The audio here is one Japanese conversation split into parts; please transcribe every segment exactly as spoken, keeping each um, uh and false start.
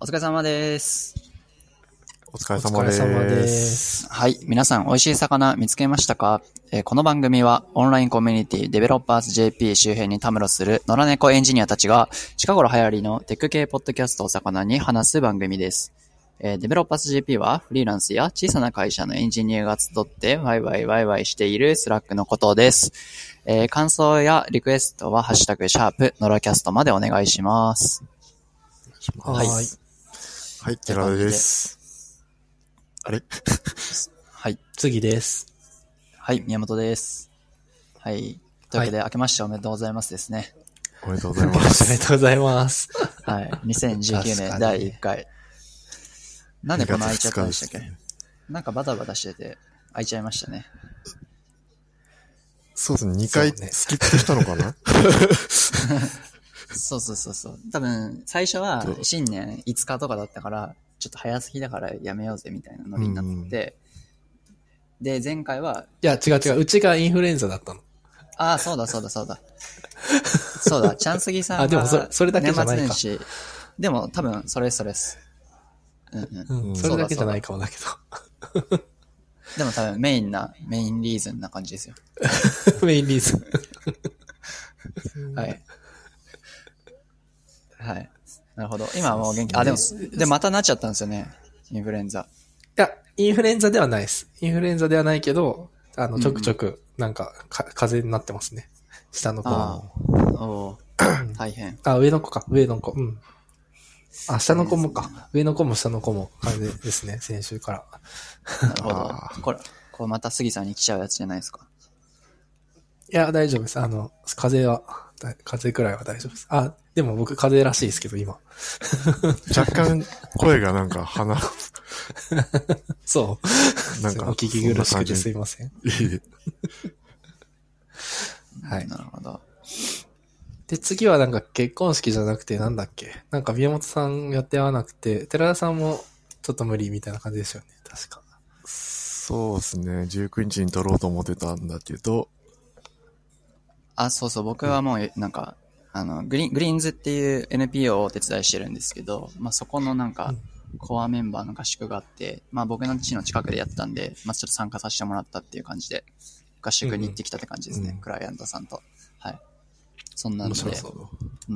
お疲れ様です。 お疲れ様です。お疲れ様です。 はい。皆さん、美味しい魚見つけましたか？えー、この番組は、オンラインコミュニティデベロッパーズ ジェーピー 周辺にたむろする野良猫エンジニアたちが、近頃流行りのテック系ポッドキャストを魚に話す番組です。えー、デベロッパーズ ジェーピー は、フリーランスや小さな会社のエンジニアが集って、ワイワイワイワイしているスラックのことです。えー、感想やリクエストは、ハッシュタグ、シャープ、ノラキャストまでお願いします。 はい。はい、寺田です。あれはい。 次です。 はい、宮本です。はい。というわけで、はい、明けましておめでとうございますですね。 おめでとうございます。 おめでとうございます。 はい。にせんじゅうきゅうねんだいいっかい。なんでこの開いちゃったんでしたっけ、ね、なんかバタバタしてて開いちゃいましたね。 そうですね。にかいスキップしたのかなそうそうそうそう。多分、最初は新年いつかとかだったから、ちょっと早すぎだからやめようぜみたいなノリになって、うん、で、前回は。 いや、違う違う。うちがインフルエンザだったの。 ああ、そうだそうだそうだ。そうだ、チャンスギさんが。 あ、でもそれ、それだけじゃないか。年末年始。 でも多分、それそれです。うんうん。 うん、それだけじゃないかもだけど。 でも多分メインな、メインリーズンな感じですよ。 メインリーズン。はい。はい。なるほど。今はもう元気。あ、でも、で、またなっちゃったんですよね。インフルエンザ。 いや、インフルエンザではないです。インフルエンザではないけど、あの、ちょくちょく、なんか、か、風邪になってますね。下の子も。ああ。お大変。 あ、上の子か。上の子。うん。あ、下の子もか。ね、上の子も下の子も風邪ですね。先週から。 なるほど。これ、これまた杉さんに来ちゃうやつじゃないですか。 いや、大丈夫です。あの、風邪は、風邪くらいは大丈夫です。あ、でも僕風邪らしいですけど、今。 若干声がなんか鼻。 そう。なんか、お聞き苦しくてすいません。いいはい。 なるほど。 で、次はなんか結婚式じゃなくてなんだっけ？なんか宮本さんやって合わなくて、寺田さんもちょっと無理みたいな感じですよね。確か。 そうですね。じゅうくにちに撮ろうと思ってたんだけど。 あ、そうそう。僕はもう、なんか、うん、あの、グリーン、グリーンズっていう エヌピーオー をお手伝いしてるんですけど、まあ、そこのなんか、コアメンバーの合宿があって、まあ、僕の家の近くでやったんで、まあ、ちょっと参加させてもらったっていう感じで、合宿に行ってきたって感じですね。うんうん、クライアントさんと。はい。そんなんで。 そうそう。 うん。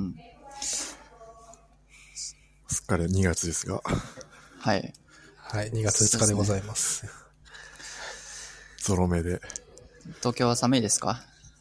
すっかりにがつですが。 はい。 はい、にがつふつかでございます。 ゾロ目で。 東京は寒いですか？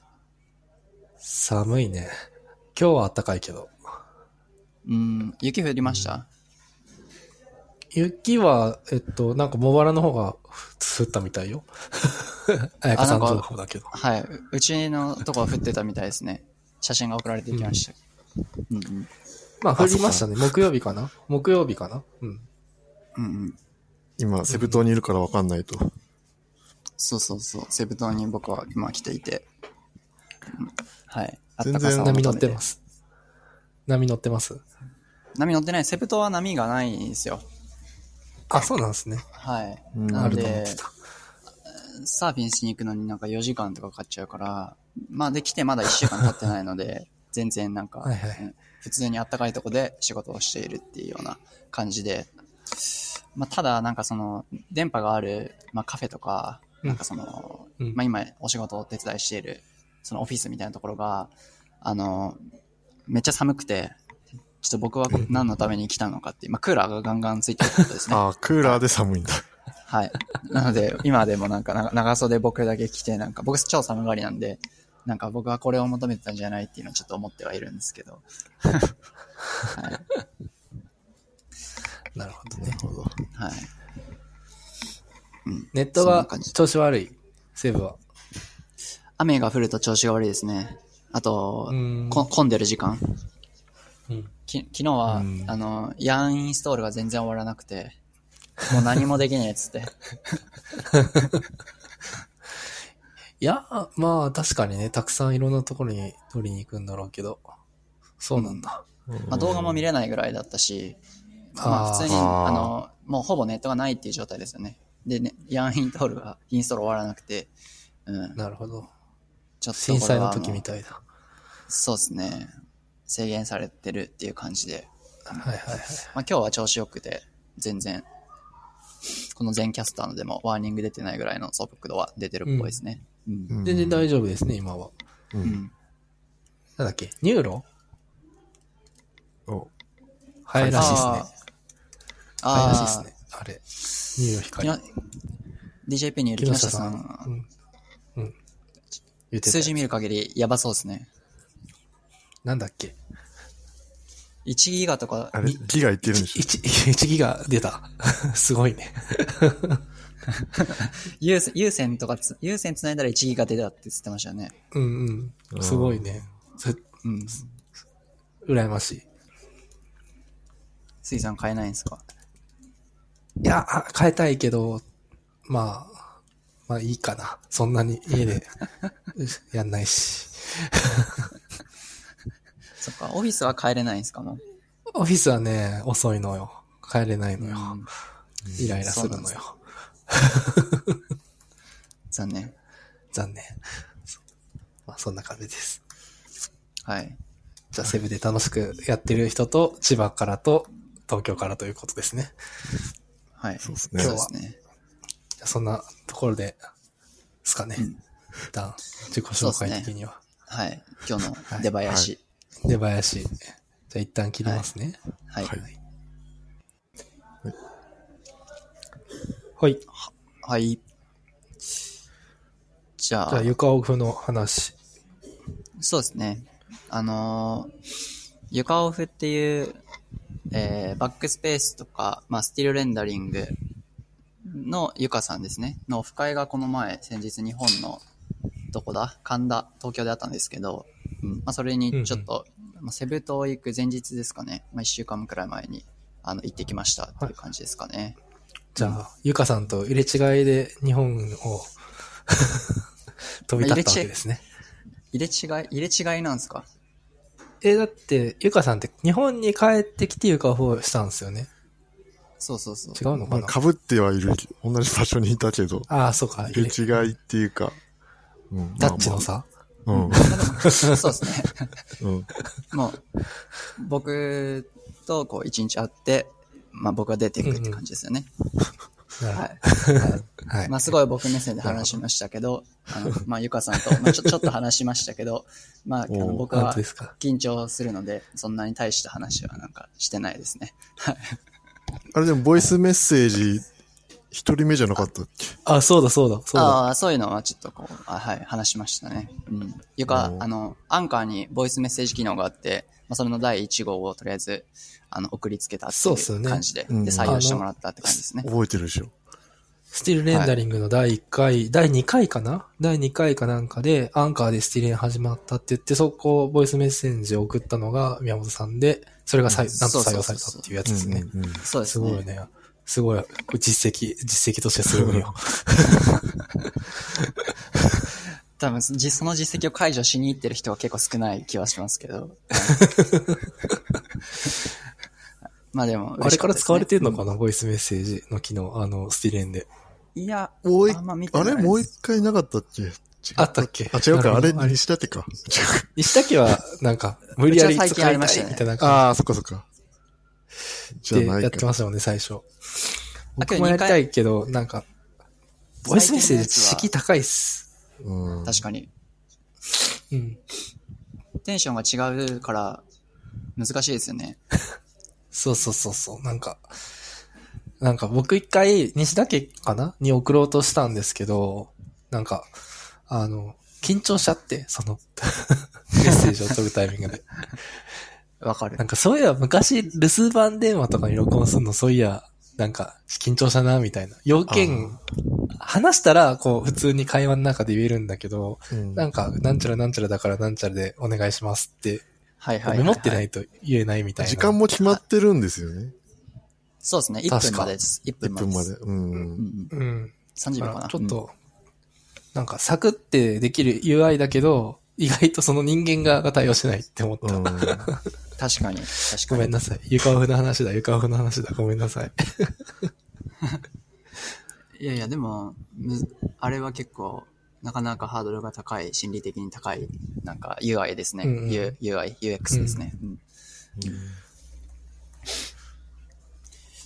寒いね。今日は暖かいけど。 うん、雪降りました？うん、 雪は、えっと、なんか茂原の方が降ったみたいよ。あやかさん情報だけど。 はい。うちのとこは降ってたみたいですね。写真が送られてきました。うん、うんうん。 まあ降りましたね。木曜日かな木曜日かなうん。 うんうん。 今、セブ島にいるから分かんないと。 そうそうそう。セブ島に僕は今来ていて。うん、はい。 全然波乗ってます。波乗ってます。 波乗ってない。セブ島は波がないんですよ。 あ、そうなんですね。 はい。 なので、 サーフィンしに行くのになんかよじかんとかかかっちゃうから、まあできてまだいっしゅうかん経ってないので、全然なんか、はいはい、うん、普通にあったかいとこで仕事をしているっていうような感じで、まあただなんかその電波がある、まあカフェとか、なんかその、うん、まあ今お仕事をお手伝いしている、そのオフィスみたいなところが、あの、めっちゃ寒くて、ちょっと僕は何のために来たのかっていう、まあクーラーがガンガンついてるってことですね。 ああ、クーラーで寒いんだ。 はい。なので、今でもなんか長袖僕だけ着て、なんか僕超寒がりなんで、なんか僕はこれを求めてたんじゃないっていうのをちょっと思ってはいるんですけど。はい。 なるほどね。なるほど。 はい。 うん、ネットが調子悪い、西部は。 雨が降ると調子が悪いですね。あと、こ混んでる時間。うん、き昨日は、あの、ヤンインストールが全然終わらなくて、もう何もできねえっつって。 いや、まあ確かにね、たくさんいろんなところに取りに行くんだろうけど、そうなんだ。 うんまあ、動画も見れないぐらいだったし、まあ普通に、あの、もうほぼネットがないっていう状態ですよね。でね、ヤンイントールが、インストール終わらなくて、うん。 なるほど。 ちょっと震災の時みたいだ。 そうですね。制限されてるっていう感じで、 はいはいはい。 まあ今日は調子よくて、全然、この全キャスターのでもワーニング出てないぐらいの速度は出てるっぽいですね。うんうん、全然大丈夫ですね、今は。 うん。うん、 なんだっけニューロお早いらしいですね。早いらしいですね。あれ。ニューロ光。 ディージェーピー にいる木下さん。うん。うん。言ってた。数字見る限りやばそうですね。 なんだっけいちギガとか。 あれ、ギガいってるんでしょ 1, いちギガ出た。すごいね。 有線、有線とかつ、有線繋いだらいちギガ出たって言ってましたよね。 うんうん。すごいね。うん。羨ましい。 水さん買えないんですか？ いや、買いたいけど、まあ、まあいいかな。そんなに家でやんないし。 そっか、オフィスは帰れないんですかもう。 オフィスはね、遅いのよ。帰れないのよ。うん、イライラするのよ。 残念。 残念。まあそんな感じです。 はい。 じゃあセブで楽しくやってる人と、千葉からと東京からということですね。 はい。 そうですね。 今日は。じゃあそんなところで、ですかね。うん、一旦、自己紹介的には。 ね、はい。今日の出囃子。はい出囃子。じゃあ一旦切りますね。 はい。はい。 はい。 はい。じゃあ。 じゃあ床オフの話。 そうですね。あのー、床オフっていう、えー、バックスペースとか、まあ、スティルレンダリングのゆかさんですね。のオフ会がこの前、先日日本の、どこだ神田、東京であったんですけど、うん、まあ、それにちょっと、うんうんまあ、セブ島行く前日ですかね。まあ、一週間くらい前に、あの、行ってきましたっていう感じですかね。はい、 じゃあ、うん、ゆかさんと入れ違いで日本を飛び立ったわけですね。 入れ違い、入れ違いなんですか？ え、だって、ゆかさんって日本に帰ってきてゆかオフをしたんですよね。 そうそうそう。 違うのかな？ 被ってはいる。同じ場所にいたけど。 ああ、そうか。 入れ違いっていうか。 うん、タッチの差、 まあまあ、うん。 そうですね。 うん。 もう、僕とこう一日会って、まあ僕は出ていくって感じですよね。 うんうん、 はい。はい。まあすごい僕目線で話しましたけど、あの、まあゆかさんと、まあちょ、ちょっと話しましたけど、まあ、あの僕は緊張するので、そんなに大した話はなんかしてないですね。はい。 あれでもボイスメッセージ、一人目じゃなかったっけ？ あ、そうだそうだ、そうだ。 ああ、そういうのはちょっとこう、あはい、話しましたね。うん。いうか、あの、アンカーにボイスメッセージ機能があって、まあ、それのだいいち号をとりあえず、あの、送りつけたっていう感じで、で、ねうん、で採用してもらったって感じですね。 覚えてるでしょ。 スティルレンダリングのだいいっかい、はい、だいにかいかなだいにかいかなんかで、アンカーでスティレン始まったって言って、そこをボイスメッセージを送ったのが宮本さんで、それがさい、うん、なんと採用されたっていうやつですね。 そうですね。 すごいね。すごい、実績、実績としてすごいよ。 多分、その実績を解除しに行ってる人は結構少ない気はしますけど。まあでも、 ね、あれから使われてるのかな、うん、ボイスメッセージの機能、あの、スティレンで。 いや、 もう一、あ, あれもう一回なかったっけ？ あったっけ？ あ、違うか、あれ、西舘か。 西舘は、なんか、無理やり使いたいみたいな感じ。ね、 ああ、そっかそっか。 じゃないか。やってましたもんね、最初。僕もやりたいけど、なんか、ボイスメッセージ敷居高いっす。 うん。 確かに。 うん。 テンションが違うから、難しいですよね。 そうそうそうそう。なんか、なんか僕一回、西田家かなに送ろうとしたんですけど、なんか、あの、緊張しちゃって、その、メッセージを取るタイミングで。 わかる。 なんかそういや昔、留守番電話とかに録音するの、そういや、なんか、緊張したな、みたいな。要件、話したら、こう、普通に会話の中で言えるんだけど、うん、なんか、なんちゃらなんちゃらだからなんちゃらでお願いしますって、 はいはいはいはい、 メモってないと言えないみたいな。 時間も決まってるんですよね。 そうですね。いっぷんまでです。いっぷんまで。 いっぷんまで。うん。 うん。 さんじゅっぷんかな。 ちょっと、なんか、サクってできる ユーアイ だけど、意外とその人間側が対応しないって思った。 うん、確かに。確かに。 ごめんなさい。ゆかおふの話だ、ゆかおふの話だ。ごめんなさい。 いやいや、でも、あれは結構、なかなかハードルが高い、心理的に高い、なんか ユーアイ ですね。うんうん、ユーアイ、ユーエックス ですね。うんうん、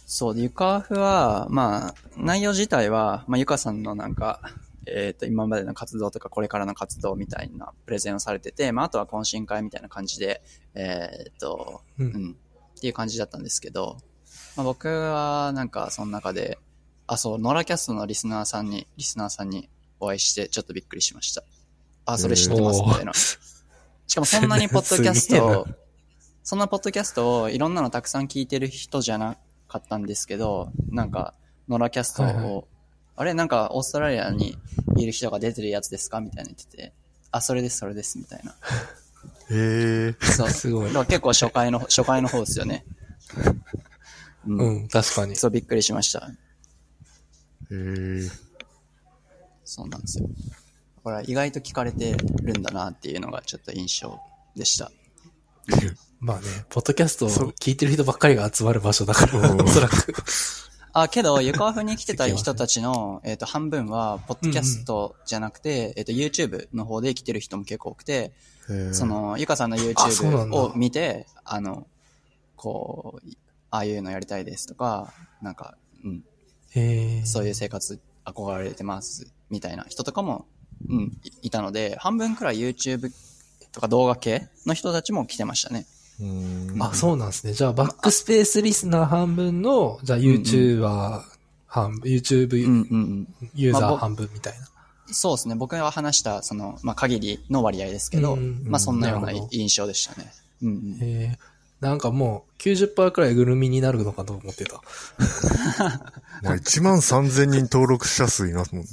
そうで、ゆかふは、まあ、内容自体は、まあ、ゆかさんのなんか、えっと、今までの活動とかこれからの活動みたいなプレゼンをされてて、まあ、あとは懇親会みたいな感じで、えっと、うん、うん、っていう感じだったんですけど、まあ、僕はなんかその中で、あ、そう、ノラキャストのリスナーさんに、リスナーさんにお会いしてちょっとびっくりしました。あ、それ知ってますみたいな。しかもそんなにポッドキャストを、そんなポッドキャストをいろんなのたくさん聞いてる人じゃなかったんですけど、なんか、ノラキャストを、はいはい、あれなんかオーストラリアにいる人が出てるやつですかみたいな言ってて、あ、それです、それです、みたいな。 へー。 そう、すごい。結構初回の、初回の方ですよね。 うん、うん、確かに。 そう、びっくりしました。 へー。 そうなんですよ。これは意外と聞かれてるんだなっていうのがちょっと印象でした。 まあね、ポッドキャストを聞いてる人ばっかりが集まる場所だから、おそらく。 あ、けど、ゆかわふに来てた人たちの、えっと、半分は、ポッドキャストじゃなくて、うんうん、えっと、YouTube の方で来てる人も結構多くて、その、ゆかさんの YouTube を見て、あ, あの、こう、ああいうのやりたいですとか、なんか、うん。 へそういう生活憧れてます、みたいな人とかも、うん、いたので、半分くらい YouTube とか動画系の人たちも来てましたね。 うーんあ、そうなんですね。じゃあ、バックスペースリスナー半分の、じゃあ YouTuber 半分、うんうん、YouTube ユーザー半分みたいな。まあ、そうですね。僕が話した、その、まあ、限りの割合ですけど、うんうん、まあ、そんなような印象でしたね。うんうん、 へーなんかもう きゅうじゅっパーセント くらいグルミになるのかと思ってた。 まあいちまんさんぜんにん登録者数いますもんね。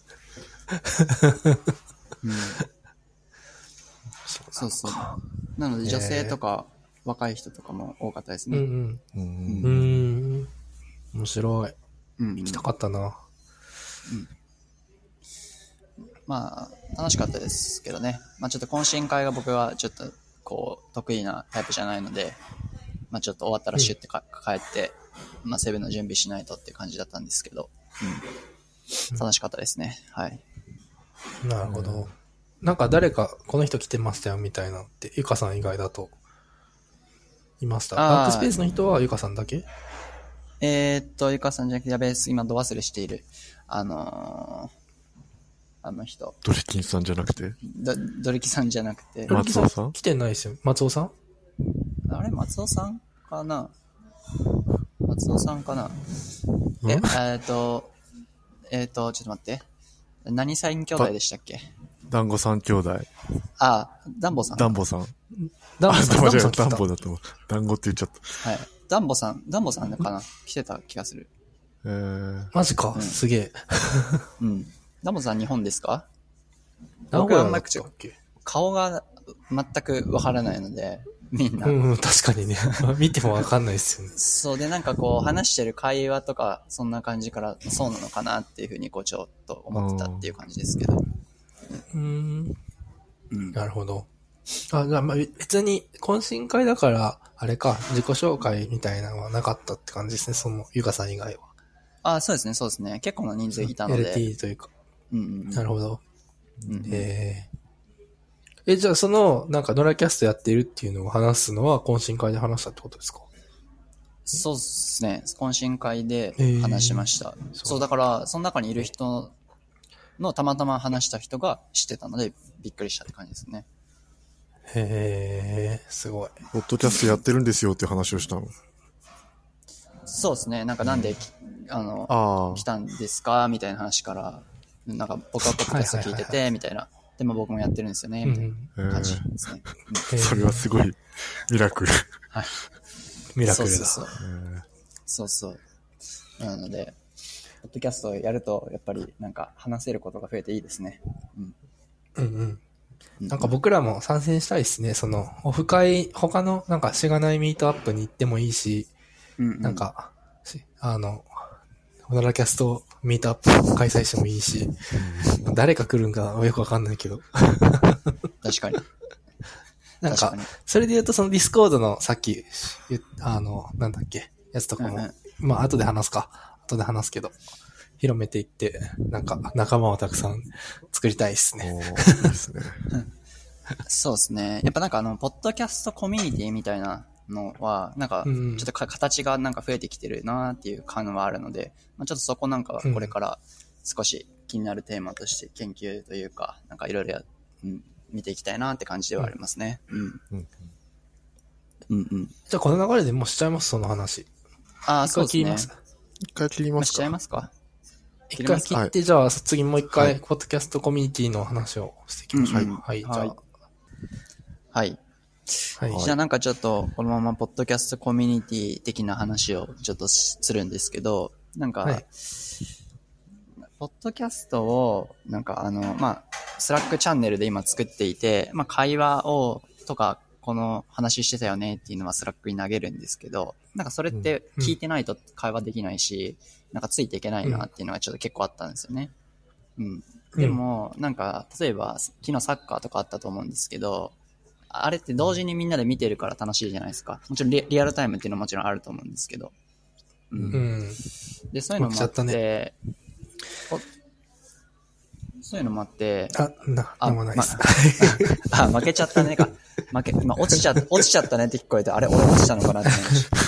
うん、そうそう。なので女性とか若い人とかも多かったですね。 うんうん。うん。うん面白い。うん、行きたかったな。うん。 まあ楽しかったですけどね。まあちょっと懇親会が僕はちょっとこう得意なタイプじゃないので、まあちょっと終わったらシュッてか、うん、帰って、まあセブンの準備しないとって感じだったんですけど、うん、楽しかったですね。はい。 なるほど。うん、なんか誰かこの人来てましたよみたいなってゆかさん以外だといました。バックスペースの人はゆかさんだけ？ えー、っとゆかさんじゃなくてやべえ今度忘れしているあのー。あの人。 ドリキンさんじゃなくてド、ドリキさんじゃなくて。 松尾さん来てないですよ。松尾さんあれ松尾さんかな松尾さんかなえ、えー、っと、えー、っと、ちょっと待って。何歳兄弟でしたっけ団子三兄弟。 あ、ダンボさん。 ダンボさん。 ダンボさん。 ダンボさん。ダンボだと思う。団子って言っちゃった。はい。ダンボさん、ダンボさんかな来てた気がする。 えー。 マジか、うん、すげえ。 うん。ダンボさん日本ですか？ 僕はあんまり顔が全くわからないので、みんな。 うん、確かにね。見てもわかんないですよね。 そうで、なんかこう話してる会話とか、そんな感じからそうなのかなっていうふうにこうちょっと思ってたっていう感じですけど。 うん。うん。なるほど。あ、じゃあまあ別に懇親会だから、あれか、自己紹介みたいなのはなかったって感じですね、そのゆかさん以外は。 あ、そうですね、そうですね。結構な人数いたので。 エルティー というか。 うんうん、うん。 なるほど。 うんうん、 えー、え、じゃあその、なんかノラキャストやってるっていうのを話すのは懇親会で話したってことですか？ そうですね。懇親会で話しました。えー、そう、そうだから、その中にいる人のたまたま話した人が知ってたので、びっくりしたって感じですね。 へー、すごい。 ポッドキャストやってるんですよっていう話をしたの。 そうですね。なんかなんで、うん、あのあ、来たんですかみたいな話から、なんか僕はポッドキャスト聞いてて、みたいな。でも僕もやってるんですよね、みたいな感じですね。 うん、それはすごいミラクル。 はい。 ミラクルだ。 そうそうそう。そうそう。なので、ポッドキャストをやると、やっぱりなんか話せることが増えていいですね。 うん。うんうん。なんか僕らも参戦したいですね。その、オフ会、他のなんかしがないミートアップに行ってもいいし、うんうん、なんか、あの、ノラキャストミートアップ開催してもいいし、誰か来るんかよくわかんないけど。 確かに。 なんか、それで言うとそのディスコードのさっき、あの、なんだっけ、やつとかも、うんうん、まあ後で話すか。後で話すけど、広めていって、なんか仲間をたくさん作りたいですね。 いいですね。 そうですね。やっぱなんかあの、ポッドキャストコミュニティみたいなのは、なんか、ちょっとか形がなんか増えてきてるなっていう感はあるので、まあ、ちょっとそこなんかこれから少し気になるテーマとして研究というか、なんかいろいろ見ていきたいなって感じではありますね。うん。うん。うんうん。 じゃあこの流れでもうしちゃいます、その話。 ああ、そうですね。 一回切りますか。 しちゃいますか。 一回切って、じゃあ次もう一回、ポッドキャストコミュニティの話をしていきましょう。はい。はい。じゃあ。はい。 はい。じゃあなんかちょっと、このままポッドキャストコミュニティ的な話をちょっとするんですけど、なんか、はい、ポッドキャストを、なんかあの、まあ、スラックチャンネルで今作っていて、まあ、会話を、とか、この話してたよねっていうのはスラックに投げるんですけど、なんかそれって聞いてないと会話できないし、うん、なんかついていけないなっていうのがちょっと結構あったんですよね。うん。でも、なんか、例えば、昨日サッカーとかあったと思うんですけど、あれって同時にみんなで見てるから楽しいじゃないですか。もちろん リ, リアルタイムっていうのはもちろんあると思うんですけど。うん。うん、で、そういうのもあって、ね、そういうのもあって、 あ、な、なんもないです。 ま、あ、負けちゃったねか。負け、今落ちちゃ、落ちちゃったねって聞こえて、あれ俺落ちたのかなって思いました。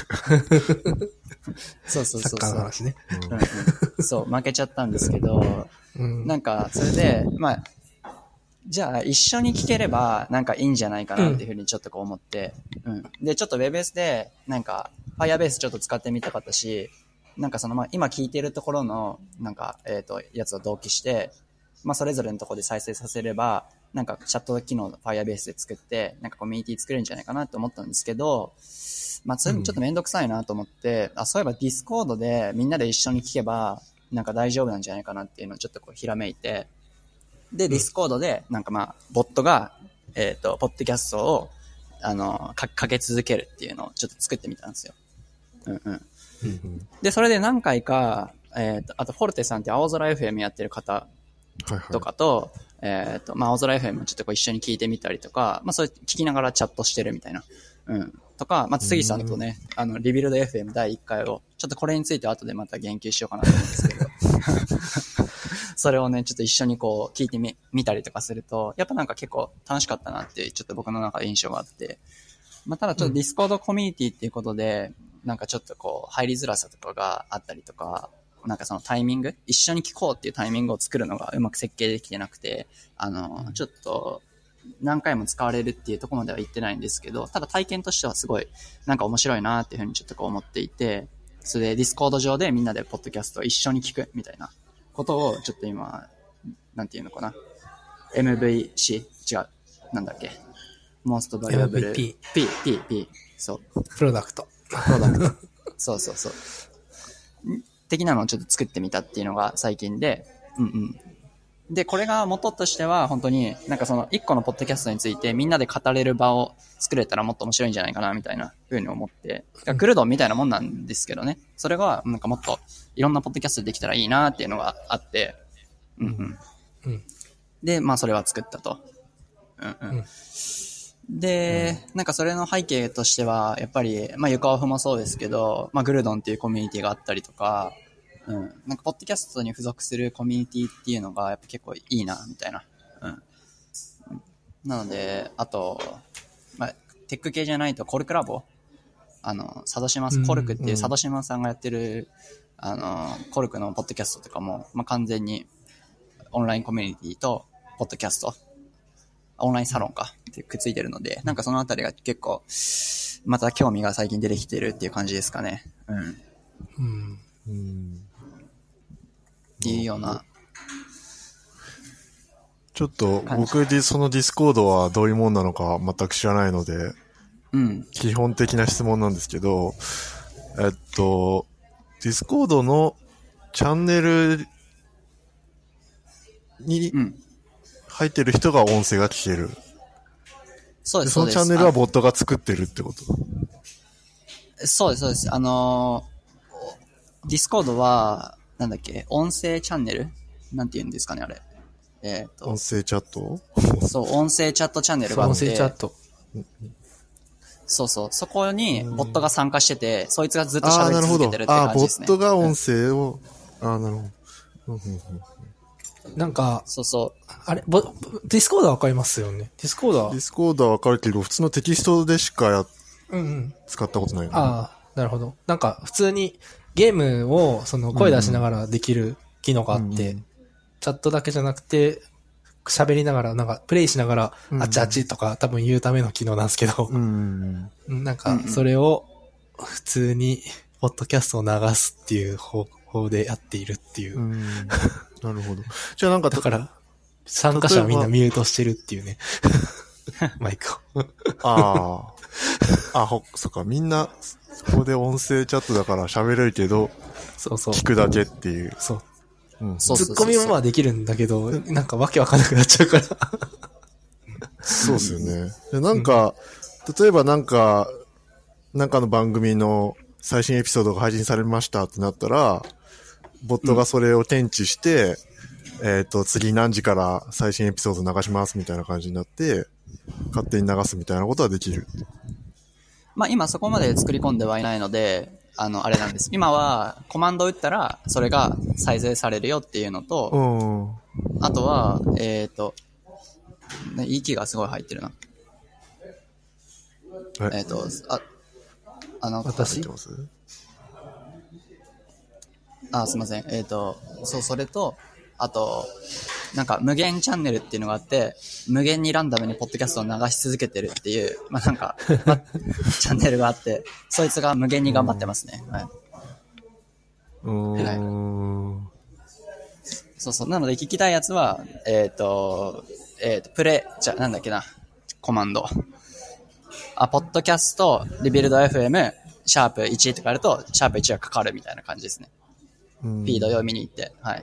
そうそうそうそう。サッカーの話ね。うんうん、そう、負けちゃったんですけど、うん、なんか、それで、まあ、じゃあ一緒に聞ければなんかいいんじゃないかなっていうふうにちょっとこう思って、うん。で、ちょっと Webex でなんか Firebase ちょっと使ってみたかったし、なんかそのまあ今聞いてるところのなんかえっとやつを同期して、まあそれぞれのところで再生させれば、なんかチャット機能の Firebase で作って、なんかコミュニティ作れるんじゃないかなと思ったんですけど、まあそれもちょっとめんどくさいなと思って、うん、あ、そういえば Discord でみんなで一緒に聞けばなんか大丈夫なんじゃないかなっていうのをちょっとこうひらめいて、で、ディスコードで、なんかまあ、ボットが、えっと、ポッドキャストを、あの、か、かけ続けるっていうのをちょっと作ってみたんですよ。うんうん。で、それで何回か、えっと、あと、フォルテさんって青空 エフエム やってる方とかと、はいはい、えっと、まあ、青空 エフエム もちょっとこう一緒に聞いてみたりとか、まあ、それ聞きながらチャットしてるみたいな。うん。とか、まあ、杉さんとね、あの、リビルド エフエム だいいっかいを、ちょっとこれについて後でまた言及しようかなと思うんですけど。それをね、ちょっと一緒にこう聞いてみ、見たりとかすると、やっぱなんか結構楽しかったなって、ちょっと僕の中で印象があって。まあ、ただちょっとディスコードコミュニティっていうことで、うん、なんかちょっとこう入りづらさとかがあったりとか、なんかそのタイミング、一緒に聞こうっていうタイミングを作るのがうまく設計できてなくて、あの、ちょっと何回も使われるっていうところまでは言ってないんですけど、ただ体験としてはすごいなんか面白いなっていうふうにちょっとこう思っていて、それでディスコード上でみんなでポッドキャストを一緒に聞くみたいなことをちょっと今、なんていうのかな。エムブイシー? 違う。なんだっけ。Most Valuable P。P、P、P。そう。 プロダクト。 プロダクト。そうそうそう。的なのをちょっと作ってみたっていうのが最近で、うんうん。で、これが元としては本当になんかその一個のポッドキャストについてみんなで語れる場を作れたらもっと面白いんじゃないかなみたいな風に思って、グルドンみたいなもんなんですけどね。それがなんかもっといろんなポッドキャストできたらいいなっていうのがあって、うんうん。うん、で、まあそれは作ったと。うんうん。うん、で、なんかそれの背景としては、やっぱり、まあゆかおふもそうですけど、まあグルドンっていうコミュニティがあったりとか、うん。なんかポッドキャストに付属するコミュニティっていうのがやっぱ結構いいな、みたいな。うん。なので、あと、まあテック系じゃないとコルクラボあの、佐渡島、コルクっていう佐渡島さんがやってる、あの、コルクのポッドキャストとかも、まあ完全に、オンラインコミュニティと、ポッドキャスト、オンラインサロンかってくっついてるので、なんかそのあたりが結構、また興味が最近出てきてるっていう感じですかね。うん。うん。うん、っていうような。 ちょっと僕でそのディスコードはどういうもんなのか全く知らないので、うん。基本的な質問なんですけど、えっと、ディスコードのチャンネルに入ってる人が音声が聞ける。 そうです。 そのチャンネルはボットが作ってるってこと？ そうです、そうです。あのー、ディスコードは、なんだっけ、音声チャンネルなんて言うんですかね、あれ。えっと。 音声チャット？ そう、音声チャットチャンネルがあって。 音声チャット。 そうそう。そこにボットが参加してて、そいつがずっと喋り続けてるって感じですね。 あ、ボットが音声を、うん、あ、なるほど。 なんか、 そうそう。 あれ、ディスコードはわかりますよね。ディスコードはディスコードはわかるけど、普通のテキストでしかや、 うんうん。 使ったことないよね。 ああ、なるほど。なんか普通にゲームをその声出しながらできる機能があって、うんうん、チャットだけじゃなくて、喋りながら、なんかプレイしながら、うん、あっちあっちとか多分言うための機能なんですけど、 うんうん、 なんかそれを普通にポッドキャストを流すっていう方法でやっているっていう。うん、 なるほど。じゃあなんか、 だから参加者はみんなミュートしてるっていうね。マイクを。 ああ。あ、ほ、そっか、みんな、そこで音声チャットだから喋れるけど、 そうそう。 聞くだけっていう。 そう。 うん、 ツッコミもまあできるんだけど、なんかわけわかんなくなっちゃうから。 そうですよね。でなんか、うん、例えばなんか、なんかの番組の最新エピソードが配信されましたってなったら、ボットがそれを検知して、うん、えっと、次何時から最新エピソード流しますみたいな感じになって、勝手に流すみたいなことはできる。 まあ今そこまで作り込んではいないので、あの、あれなんです。今はコマンドを打ったらそれが再生されるよっていうのと、 うん、 あとは、えっと、息がすごい入ってるな。えっと、あ、あの、 私あ、すいません。えっと、そう、それと、あと、なんか無限チャンネルっていうのがあって、無限にランダムにポッドキャストを流し続けてるっていう、まあなんか、ま、チャンネルがあって、そいつが無限に頑張ってますね。はい。 うーん、 はい。そうそう。なので聞きたいやつは、えっと、えっと、プレ、じゃ、なんだっけな、コマンド。あ、ポッドキャスト、リビルド エフエム、シャープいちとかやると、シャープいちがかかるみたいな感じですね。フィード読みに行って、はい。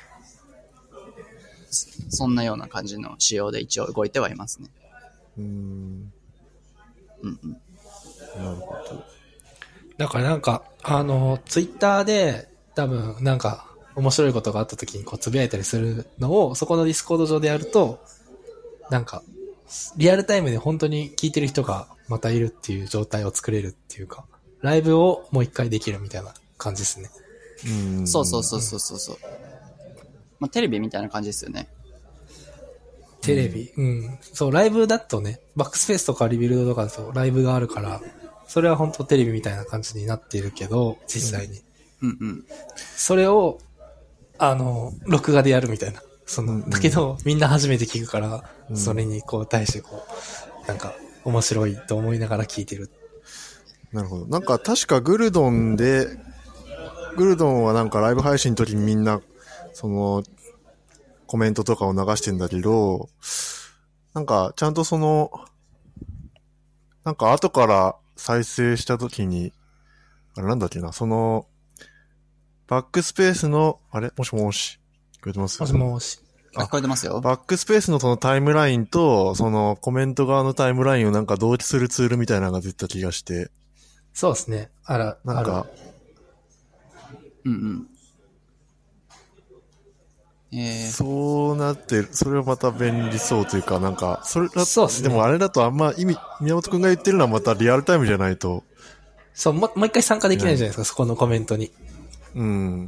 そんなような感じの仕様で一応動いてはいますね。 うーん。 うんうん。 なるほど。 だからなんか、あの、ツイッターで多分なんか面白いことがあった時にこうつぶやいたりするのをそこのディスコード上でやると、なんか、リアルタイムで本当に聞いてる人がまたいるっていう状態を作れるっていうか、ライブをもう一回できるみたいな感じですね。 うん。そうそうそうそうそう。まあ、テレビみたいな感じですよね。 テレビ、うん、うん。そう、ライブだとね、バックスペースとかリビルドとかだとライブがあるから、それは本当テレビみたいな感じになっているけど、実際に。 うん、うん、うん。 それを、あの、録画でやるみたいな。その、だけど、みんな初めて聞くから、うん、それにこう、対してこう、なんか、面白いと思いながら聞いてる。 なるほど。なんか確かグルドンで、グルドンはなんかライブ配信の時にみんな、その、コメントとかを流してんだけど、なんかちゃんとその、なんか後から再生した時に、あれなんだっけな、その、バックスペースの、あれもしもし。聞こえてます？ もしもし。 あ、聞こえてますよ。 バックスペースのそのタイムラインと、そのコメント側のタイムラインをなんか同期するツールみたいなのが出た気がして。 そうですね。あら、 なんか、 うんうん。えー、 そうなってる、それはまた便利そうというか、なんか、それだそうですね。 でもあれだとあんま意味、宮本くんが言ってるのはまたリアルタイムじゃないと。 そう、も、もう一回参加できないじゃないですか、そこのコメントに。 うん。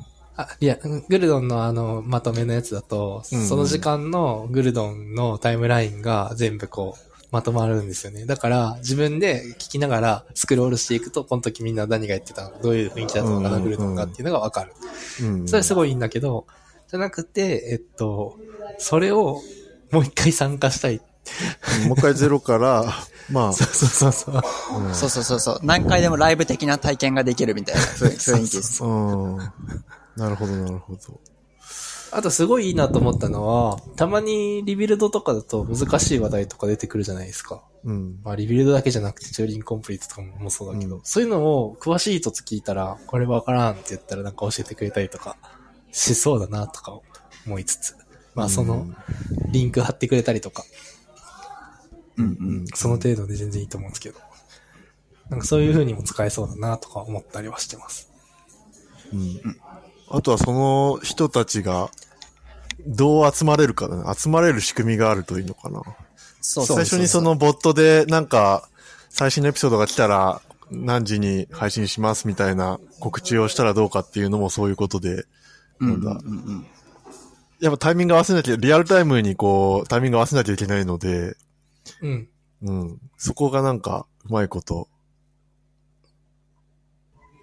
あ、いや、グルドンのあの、まとめのやつだと、うん、その時間のグルドンのタイムラインが全部こう、まとまるんですよね。だから、自分で聞きながらスクロールしていくと、この時みんな何が言ってたのか、どういう雰囲気だったのかな、うん、グルドンがっていうのがわかる。うん、それすごいいいんだけど、じゃなくて、えっと、それをもう一回参加したい。 もう一回ゼロから、まあ。 そうそうそうそう、 うん。そうそうそうそう。何回でもライブ的な体験ができるみたいな雰囲気です。 うん。なるほど、なるほど。 あとすごいいいなと思ったのは、たまにリビルドとかだと難しい話題とか出てくるじゃないですか。 うん。 まあリビルドだけじゃなくて、チューリングコンプリートとかもそうだけど、うん、そういうのを詳しい人と聞いたら、これわからんって言ったらなんか教えてくれたりとかしそうだなとか思いつつ、まあその、リンク貼ってくれたりとか、 うんうん、 その程度で全然いいと思うんですけど、なんかそういう風にも使えそうだなとか思ったりはしてます。 うん。あとはその人たちがどう集まれるかだね。集まれる仕組みがあるといいのかな。そうそうそうそう。最初にそのボットでなんか最新のエピソードが来たら何時に配信しますみたいな告知をしたらどうかっていうのもそういうことで、なんだ。 うんうんうん、 やっぱタイミング合わせなきゃ、リアルタイムにこうタイミング合わせなきゃいけないので、 うん。 うん。そこがなんかうまいこと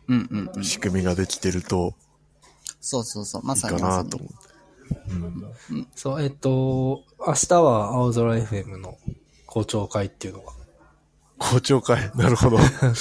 仕組みができてると、 そうそうそう、まさに。 いいかなと思って。 うん、そう、えっと、明日は青空 エフエム の校長会っていうのが。 校長会なるほど。開かれます。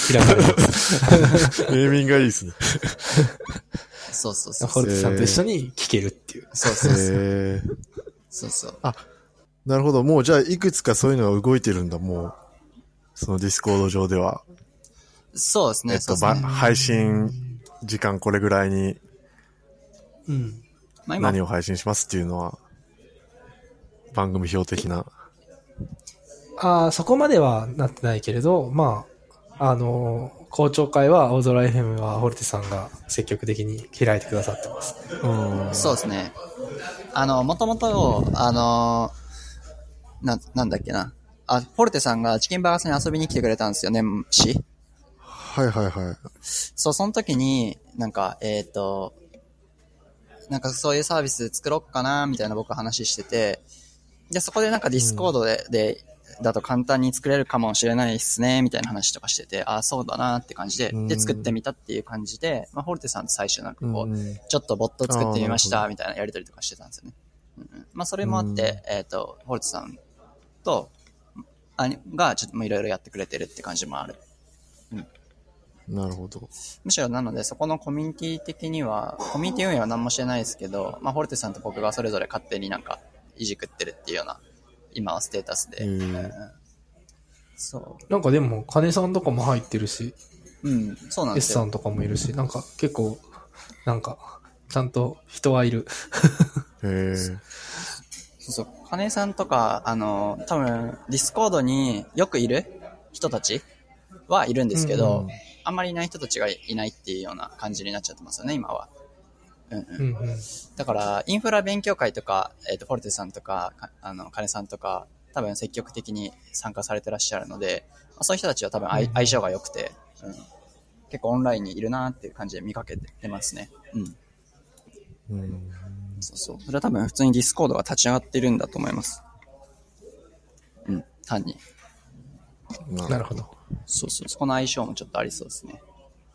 ネーミングがいいですね。 そうそうそう。 ホルテさんと一緒に聞けるっていう。 そうそうそう。そうそう。 あ、なるほど。もうじゃあいくつかそういうのが動いてるんだ、もう。そのディスコード上では。 そうですね。 えっと、ね、配信時間これぐらいに、 うん。 何を配信しますっていうのは、番組表的な。 ああ、そこまではなってないけれど、まあ、あの、校長会は青空 エフエム はホルテさんが積極的に開いてくださってます。 うん、そうですね。あの、もともと、あの、な、なんだっけな。あ、ホルテさんがチキンバーガーさんに遊びに来てくれたんですよね、し。 はいはいはい。 そう、その時に、なんか、えっと、なんかそういうサービス作ろっかな、みたいな僕は話してて、で、そこでなんかディスコードで、うん、で、だと簡単に作れるかもしれないですね、みたいな話とかしてて、ああ、そうだなって感じで、で、作ってみたっていう感じで、まあ、ホルテさんと最初なんかこう、うん、ちょっとボット作ってみました、みたいなやりとりとかしてたんですよね。うん、まあ、それもあって、うん、えっと、ホルテさんと、あが、ちょっといろいろやってくれてるって感じもある。うん。 なるほど。 むしろなので、そこのコミュニティ的には、コミュニティ運営は何もしてないですけど、まあ、ホルテさんと僕がそれぞれ勝手になんか、いじくってるっていうような、今はステータスで。うん、 そう。なんかでも、金さんとかも入ってるし、 うん、そうなんですよ。 S さんとかもいるし、なんか結構、なんか、ちゃんと人はいる。 へー。 そうそう。金さんとか、あの、多分、ディスコードによくいる人たちはいるんですけど、うんうん、あんまりいない人たちがいないっていうような感じになっちゃってますよね、今は。うんうん。 うんうん、 だから、インフラ勉強会とか、えっ、ー、と、フォルテさんとか、あの、金さんとか、多分積極的に参加されてらっしゃるので、そういう人たちは多分相、うん、相性が良くて、うん、結構オンラインにいるなっていう感じで見かけてますね。うん。 うん、 そうそう。それは多分普通にディスコードが立ち上がってるんだと思います。うん、単に。 なるほど。 そうそう。そこの相性もちょっとありそうですね。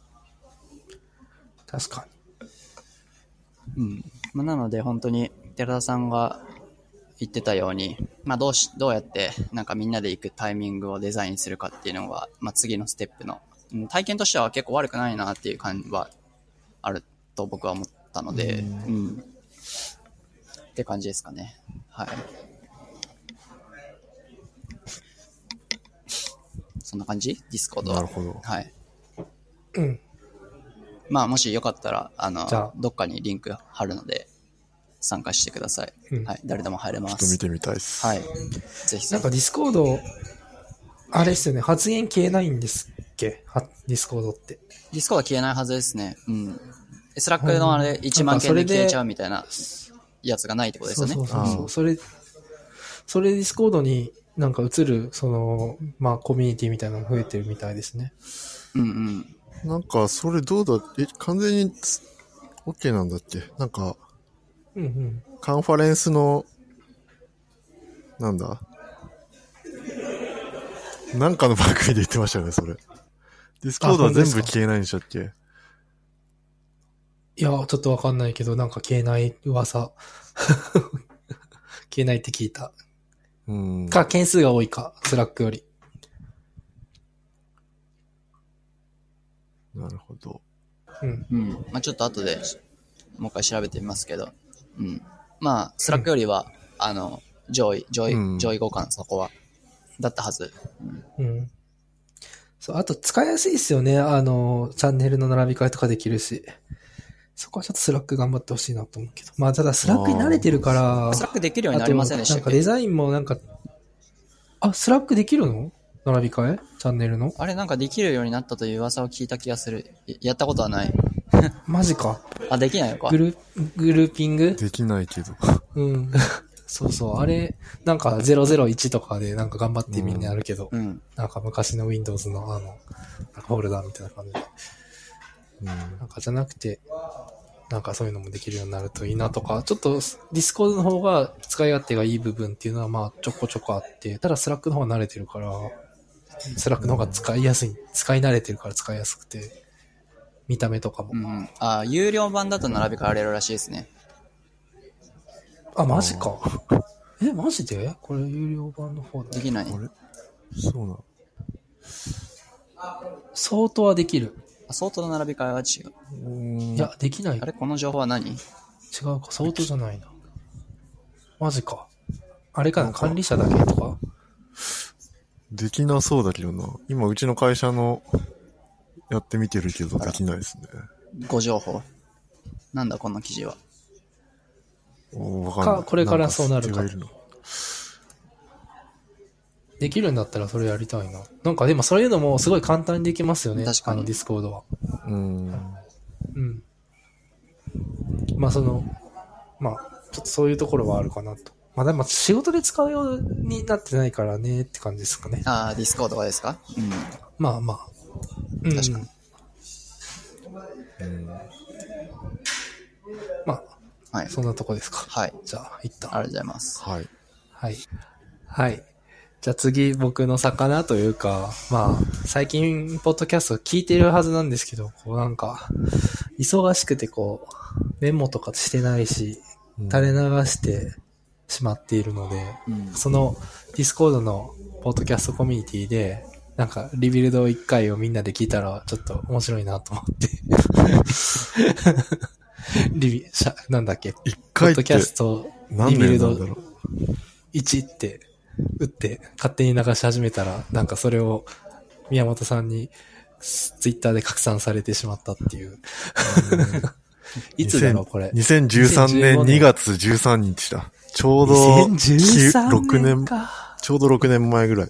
確かに。うん。まあ、なので本当に寺田さんが言ってたように、まあどうし、どうやってなんかみんなで行くタイミングをデザインするかっていうのが、まあ次のステップの、うん、体験としては結構悪くないなっていう感じはあると僕は思ったので、うん、うん。って感じですかね。はい。そんな感じ？ディスコードは。 なるほど。 はい。 うん。 まあもしよかったら、あの、どっかにリンク貼るので、参加してください。うん、はい。誰でも入れます。 ちょっと見てみたいです。 はい。ぜひぜひ。 なんかディスコード、あれですよね、発言消えないんですっけ？ディスコードって。 ディスコード消えないはずですね。うん。スラックのあれいちまん件で消えちゃうみたいなやつがないってことですよね。 そうそうそうそう。それ、それディスコードになんか移る、その、まあコミュニティみたいなのが増えてるみたいですね。 うんうん。 なんか、それどうだ、え、完全に OK なんだっけ？なんか、 うんうん。 カンファレンスの、なんだなんかの番組で言ってましたよね、それ。ディスコードは全部消えないんでしたっけ？ いや、ちょっとわかんないけど、なんか消えない噂。消えないって聞いた。 うん。 か、件数が多いか、スラックより。 なるほど。 うん。 うん。まあちょっと後で、もう一回調べてみますけど。うん。まあ、スラックよりは、うん、あの、上位、上位、うん、上位互換、そこは。だったはず。 うん。うん。そう、あと使いやすいですよね。あの、チャンネルの並び替えとかできるし。そこはちょっとスラック頑張ってほしいなと思うけど。まあ、ただスラックに慣れてるから。 スラックできるようになりませんでしたっけ？ なんかデザインもなんか、あ、スラックできるの？並び替え？チャンネルの？ あれなんかできるようになったという噂を聞いた気がする。やったことはない。 マジか。 あ、できないのか。 グル、グルーピング？ できないけど。 うん。そうそう。あれ、なんかゼロゼロいちとかでなんか頑張ってみんなやるけど、 うん、 なんか昔の Windows のあの、なんかフォルダーみたいな感じで。 うん、 なんかじゃなくて、なんかそういうのもできるようになるといいなとか、ちょっとディスコードの方が使い勝手がいい部分っていうのはまあちょこちょこあって、ただスラックの方が慣れてるから、スラックの方が使いやすい、使い慣れてるから使いやすくて、 見た目とかも。 うん。あ、有料版だと並び替えられるらしいですね。 あ、マジか。え、マジでこれ有料版の方だ。 できない。 あれそうなの。 相当はできる。 あ、相当の並び替えは違う。 いや、できない。 あれこの情報は何？ 違うか、相当じゃないな。マジか。あれかな、管理者だけとかできなそうだけどな。今、うちの会社のやってみてるけど、できないですね。 ご情報。なんだ、この記事は。 おわかんない。 か、これからそうなるか。 なんかできるんだったらそれやりたいな。なんかでもそういうのもすごい簡単にできますよね。 確かに。 あのディスコードは。 うん。 うん。まあその、まあ、ちょっとそういうところはあるかなと。まあでも仕事で使うようになってないからねって感じですかね。 ああ、ディスコードがですか？うん。 まあまあ。うん、 確かに。 うん、 まあ、 はい。 そんなとこですか。 はい。 じゃあ、一旦。 ありがとうございます。 はい。 はい。はい。じゃあ次、僕の魚というか、まあ、最近、ポッドキャスト聞いてるはずなんですけど、こうなんか、忙しくてこう、メモとかしてないし、垂れ流してしまっているので、うん、そのディスコードのポッドキャストコミュニティで、なんか、リビルドいっかいをみんなで聞いたら、ちょっと面白いなと思って。リビ、しゃ、なんだっけ。 いっかいって。 ポッドキャスト、リビルドいちって打って、勝手に流し始めたら、なんかそれを宮本さんにツイッターで拡散されてしまったっていう。いつだろう、これ。 にせんじゅうさんねんにがつじゅうさんにちだ。ちょうど、 にせんじゅうさんねんかろくねん、 ちょうどろくねんまえぐらい。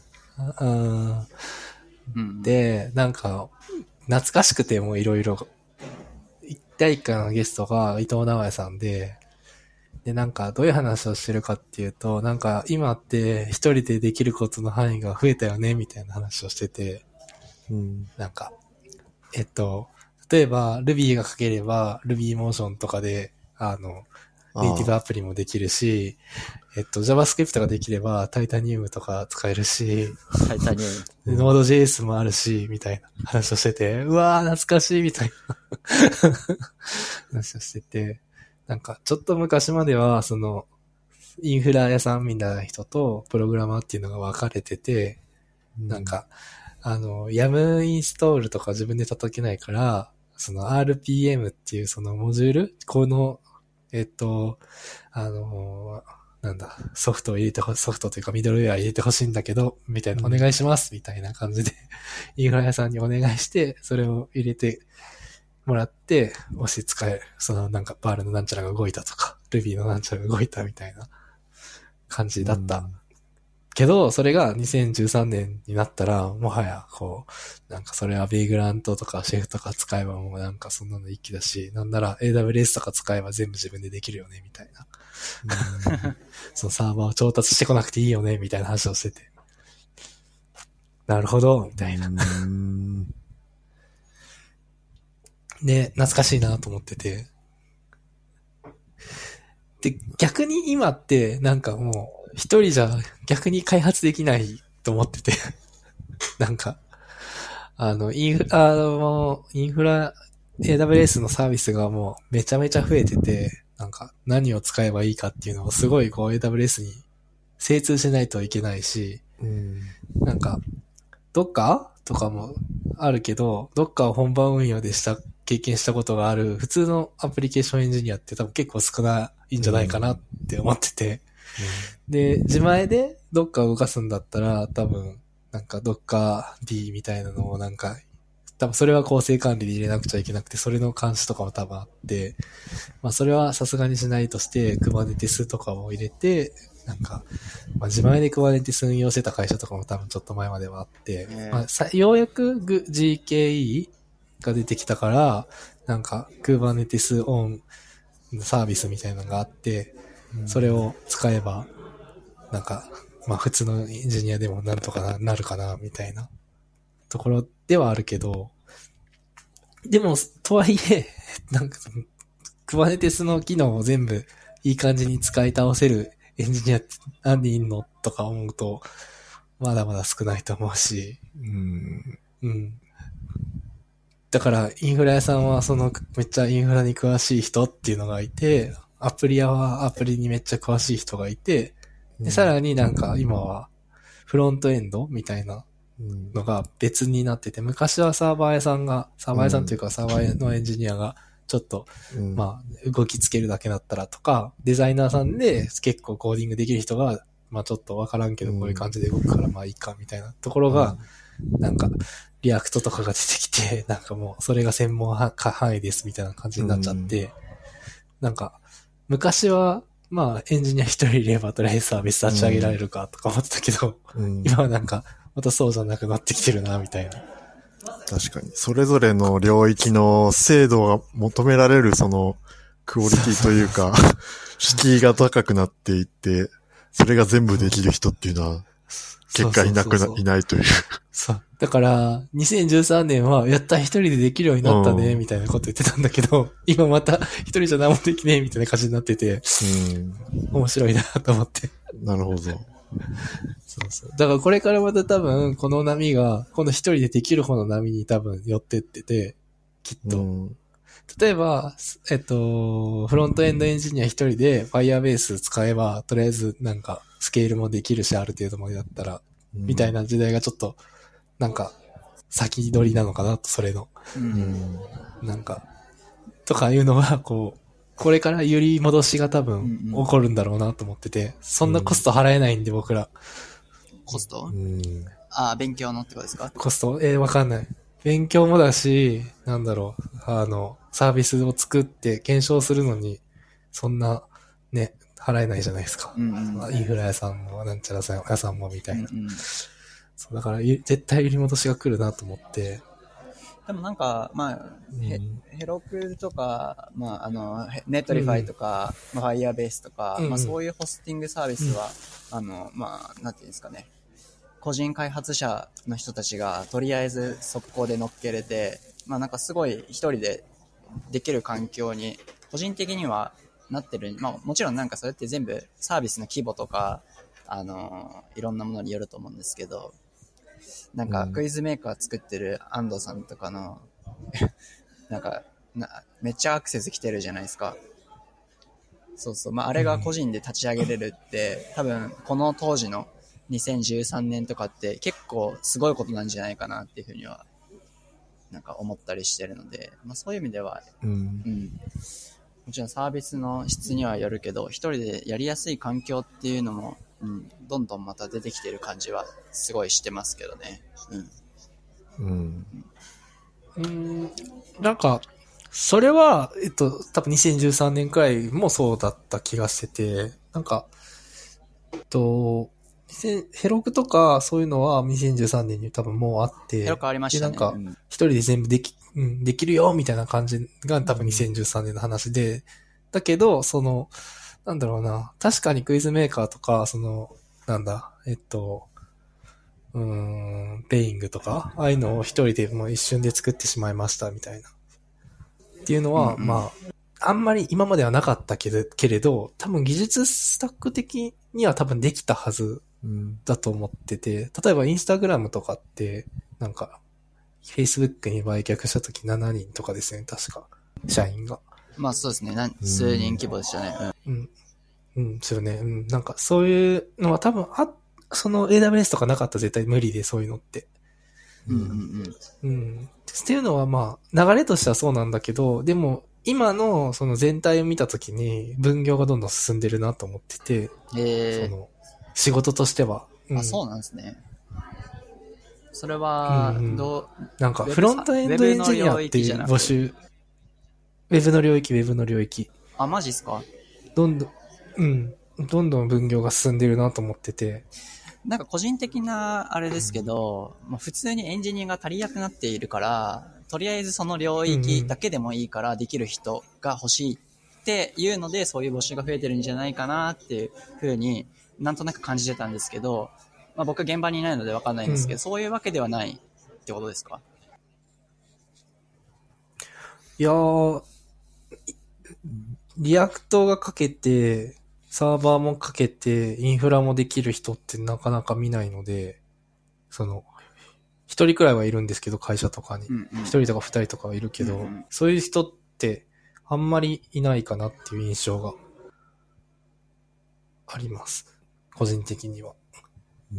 うん、で、なんか、懐かしくてもいろいろ、だいいっかいのゲストが伊藤直也さんで、で、なんかどういう話をしてるかっていうと、なんか今って一人でできることの範囲が増えたよね、みたいな話をしてて、うん、なんか、えっと、例えば Ruby が書ければ Ruby Motion とかで、あの、ネイティブアプリもできるし、えっと、JavaScript ができれば、タイタニウムとか使えるし、 タイタニウム。 ノードジェイエス もあるし、みたいな話をしてて、うわー、懐かしい、みたいな話をしてて、なんか、ちょっと昔までは、その、インフラ屋さんみたいな人と、プログラマーっていうのが分かれてて、うん、なんか、あの、ヤム インストールとか自分で叩けないから、その アールピーエム っていうそのモジュール、この、えっと、あの、なんだ、ソフトを入れてほ、ソフトというかミドルウェア入れてほしいんだけど、みたいな、お願いします、みたいな感じで、インフラ屋さんにお願いして、それを入れてもらって、もし使える、そのなんかバールのなんちゃらが動いたとか、Ruby のなんちゃらが動いたみたいな感じだった。うん、けど、それがにせんじゅうさんねんになったら、もはや、こう、なんかそれはベイグラントとかシェフとか使えばもうなんかそんなの一気だし、なんなら エーダブリューエス とか使えば全部自分でできるよね、みたいな。うんそのサーバーを調達してこなくていいよね、みたいな話をしてて。なるほど、みたいな。で、懐かしいなと思ってて。で、逆に今って、なんかもう、一人じゃ逆に開発できないと思ってて。なんか、あの、インフラ、あの、インフラ、エーダブリューエス のサービスがもうめちゃめちゃ増えてて、なんか何を使えばいいかっていうのをすごいこう エーダブリューエス に精通しないといけないし、うん、なんか、どっかとかもあるけど、どっかを本番運用でした経験したことがある普通のアプリケーションエンジニアって多分結構少ないんじゃないかなって思ってて、うん、で、自前でどっかを動かすんだったら多分なんかどっか D みたいなのをなんか多分それは構成管理で入れなくちゃいけなくて、それの監視とかも多分あって、まあそれはさすがにしないとして Kubernetes とかを入れて、なんか、まあ、自前で Kubernetes 運用してた会社とかも多分ちょっと前まではあって、まあ、さようやく ジーケーイー が出てきたから、なんか Kubernetes on サービスみたいなのがあって、それを使えば、なんか、まあ普通のエンジニアでもなんとか な, なるかな、みたいなところではあるけど、でも、とはいえ、なんか、Kubernetes の機能を全部いい感じに使い倒せるエンジニアって何人いんのとか思うと、まだまだ少ないと思うし、うん。うん。 だからインフラ屋さんはそのめっちゃインフラに詳しい人っていうのがいて、アプリ屋はアプリにめっちゃ詳しい人がいて、で、さらになんか今はフロントエンドみたいなのが別になってて、昔はサーバー屋さんが、サーバー屋さんというかサーバーのエンジニアがちょっと、まあ動きつけるだけだったらとか、デザイナーさんで結構コーディングできる人が、まあちょっとわからんけどこういう感じで動くからまあいいかみたいなところが、なんかリアクトとかが出てきて、なんかもうそれが専門範囲ですみたいな感じになっちゃって、なんか昔はまあエンジニア一人いればとりあえずサービス立ち上げられるかとか思ってたけど、今はなんかまたそうじゃなくなってきてるなみたいな。 確かに。それぞれの領域の精度が求められるそのクオリティというか、敷居が高くなっていって、それが全部できる人っていうのは、結果いなくな、いないという。 そう。だから、にせんじゅうさんねんは、やった一人でできるようになったね、みたいなこと言ってたんだけど、今また一人じゃ何もできねえ、みたいな感じになってて、うん、面白いなと思って。 なるほど。 そうそう。だからこれからまた多分、この波が、この一人でできる方の波に多分寄ってってて、きっと。うん、例えば、えっと、フロントエンドエンジニア一人で Firebase 使えば、とりあえずなんかスケールもできるし、ある程度までだったら、うん、みたいな時代がちょっと、なんか、先取りなのかなと、それの。うん、なんか、とかいうのは、こう、これから揺り戻しが多分起こるんだろうなと思ってて、そんなコスト払えないんで、僕ら。 コスト、うん、ああ、勉強のってことですか？ コストえー、わかんない。勉強もだし、なんだろう、あの、サービスを作って検証するのに、そんな、ね、払えないじゃないですか。うんうん、インフラ屋さんも、なんちゃら屋さんもみたいな。うんうん、そうだから、絶対揺り戻しが来るなと思って。 でもなんか、まあ、うん、ヘ, ヘロクとか、まあ、あの、ネットリファイとか、うん、まあ、ファイアベースとか、うん、まあ、そういうホスティングサービスは、うん、あの、まあ、なんていうんですかね。個人開発者の人たちが、とりあえず速攻で乗っけれて、まあ、なんかすごい一人でできる環境に、個人的にはなってる。まあ、もちろんなんかそれって全部サービスの規模とか、あの、いろんなものによると思うんですけど、なんかクイズメーカー作ってる安藤さんとかのなんかなめっちゃアクセス来てるじゃないですか。そうそう、まああれが個人で立ち上げれるって多分この当時のにせんじゅうさんねんとかって結構すごいことなんじゃないかなっていうふうにはなんか思ったりしてるので、まあそういう意味では、うん、うん、もちろんサービスの質にはよるけど一人でやりやすい環境っていうのもうん、どんどんまた出てきてる感じはすごいしてますけどね。 うん。うん。うん、なんか、それは、えっと、多分にせんじゅうさんねんくらいもそうだった気がしてて、なんか、えっと、ヘロクとかそういうのはにせんじゅうさんねんに多分もうあって、 ヘロクありましたね。 で、なんか、一人で全部でき、うん、できるよみたいな感じが多分にせんじゅうさんねんの話で、うん、だけど、その、なんだろうな。確かにクイズメーカーとか、その、なんだ、えっと、うーん、ペイングとか、ああいうのを一人でもう一瞬で作ってしまいましたみたいな。っていうのは、うんうん、まあ、あんまり今まではなかったけれけれど、多分技術スタック的には多分できたはずだと思ってて、例えばインスタグラムとかって、なんか、Facebook に売却した時しちにんとかですね、確か、社員が。 まあそうですね。数人規模でしたね。 うん。うん、ですよね。うん。なんか、そういうのは多分、あ、その エーダブリューエス とかなかったら絶対無理で、そういうのって。 うんうんうん。うん。っていうのはまあ、流れとしてはそうなんだけど、でも、今のその全体を見たときに、分業がどんどん進んでるなと思ってて、 へー。 その、仕事としては。 うん、あ、そうなんですね。それは、どう、 うん、なんか、フロントエンドエンジニアっていう募集、ウェブの領域、ウェブの領域。 あ、マジっすか？ どんどん、うん。どんどん分業が進んでるなと思ってて。 なんか個人的なあれですけど、まあ、普通にエンジニアが足りなくなっているから、とりあえずその領域だけでもいいからできる人が欲しいっていうので、そういう募集が増えてるんじゃないかなっていうふうになんとなく感じてたんですけど、まあ、僕現場にいないのでわかんないんですけど、うん、そういうわけではないってことですか？ いやー、リアクトがかけて、サーバーもかけて、インフラもできる人ってなかなか見ないので、その、 一人くらいはいるんですけど、会社とかに。一、うんうん、人とか二人とかはいるけど、うんうん、そういう人ってあんまりいないかなっていう印象があります。個人的には。うん。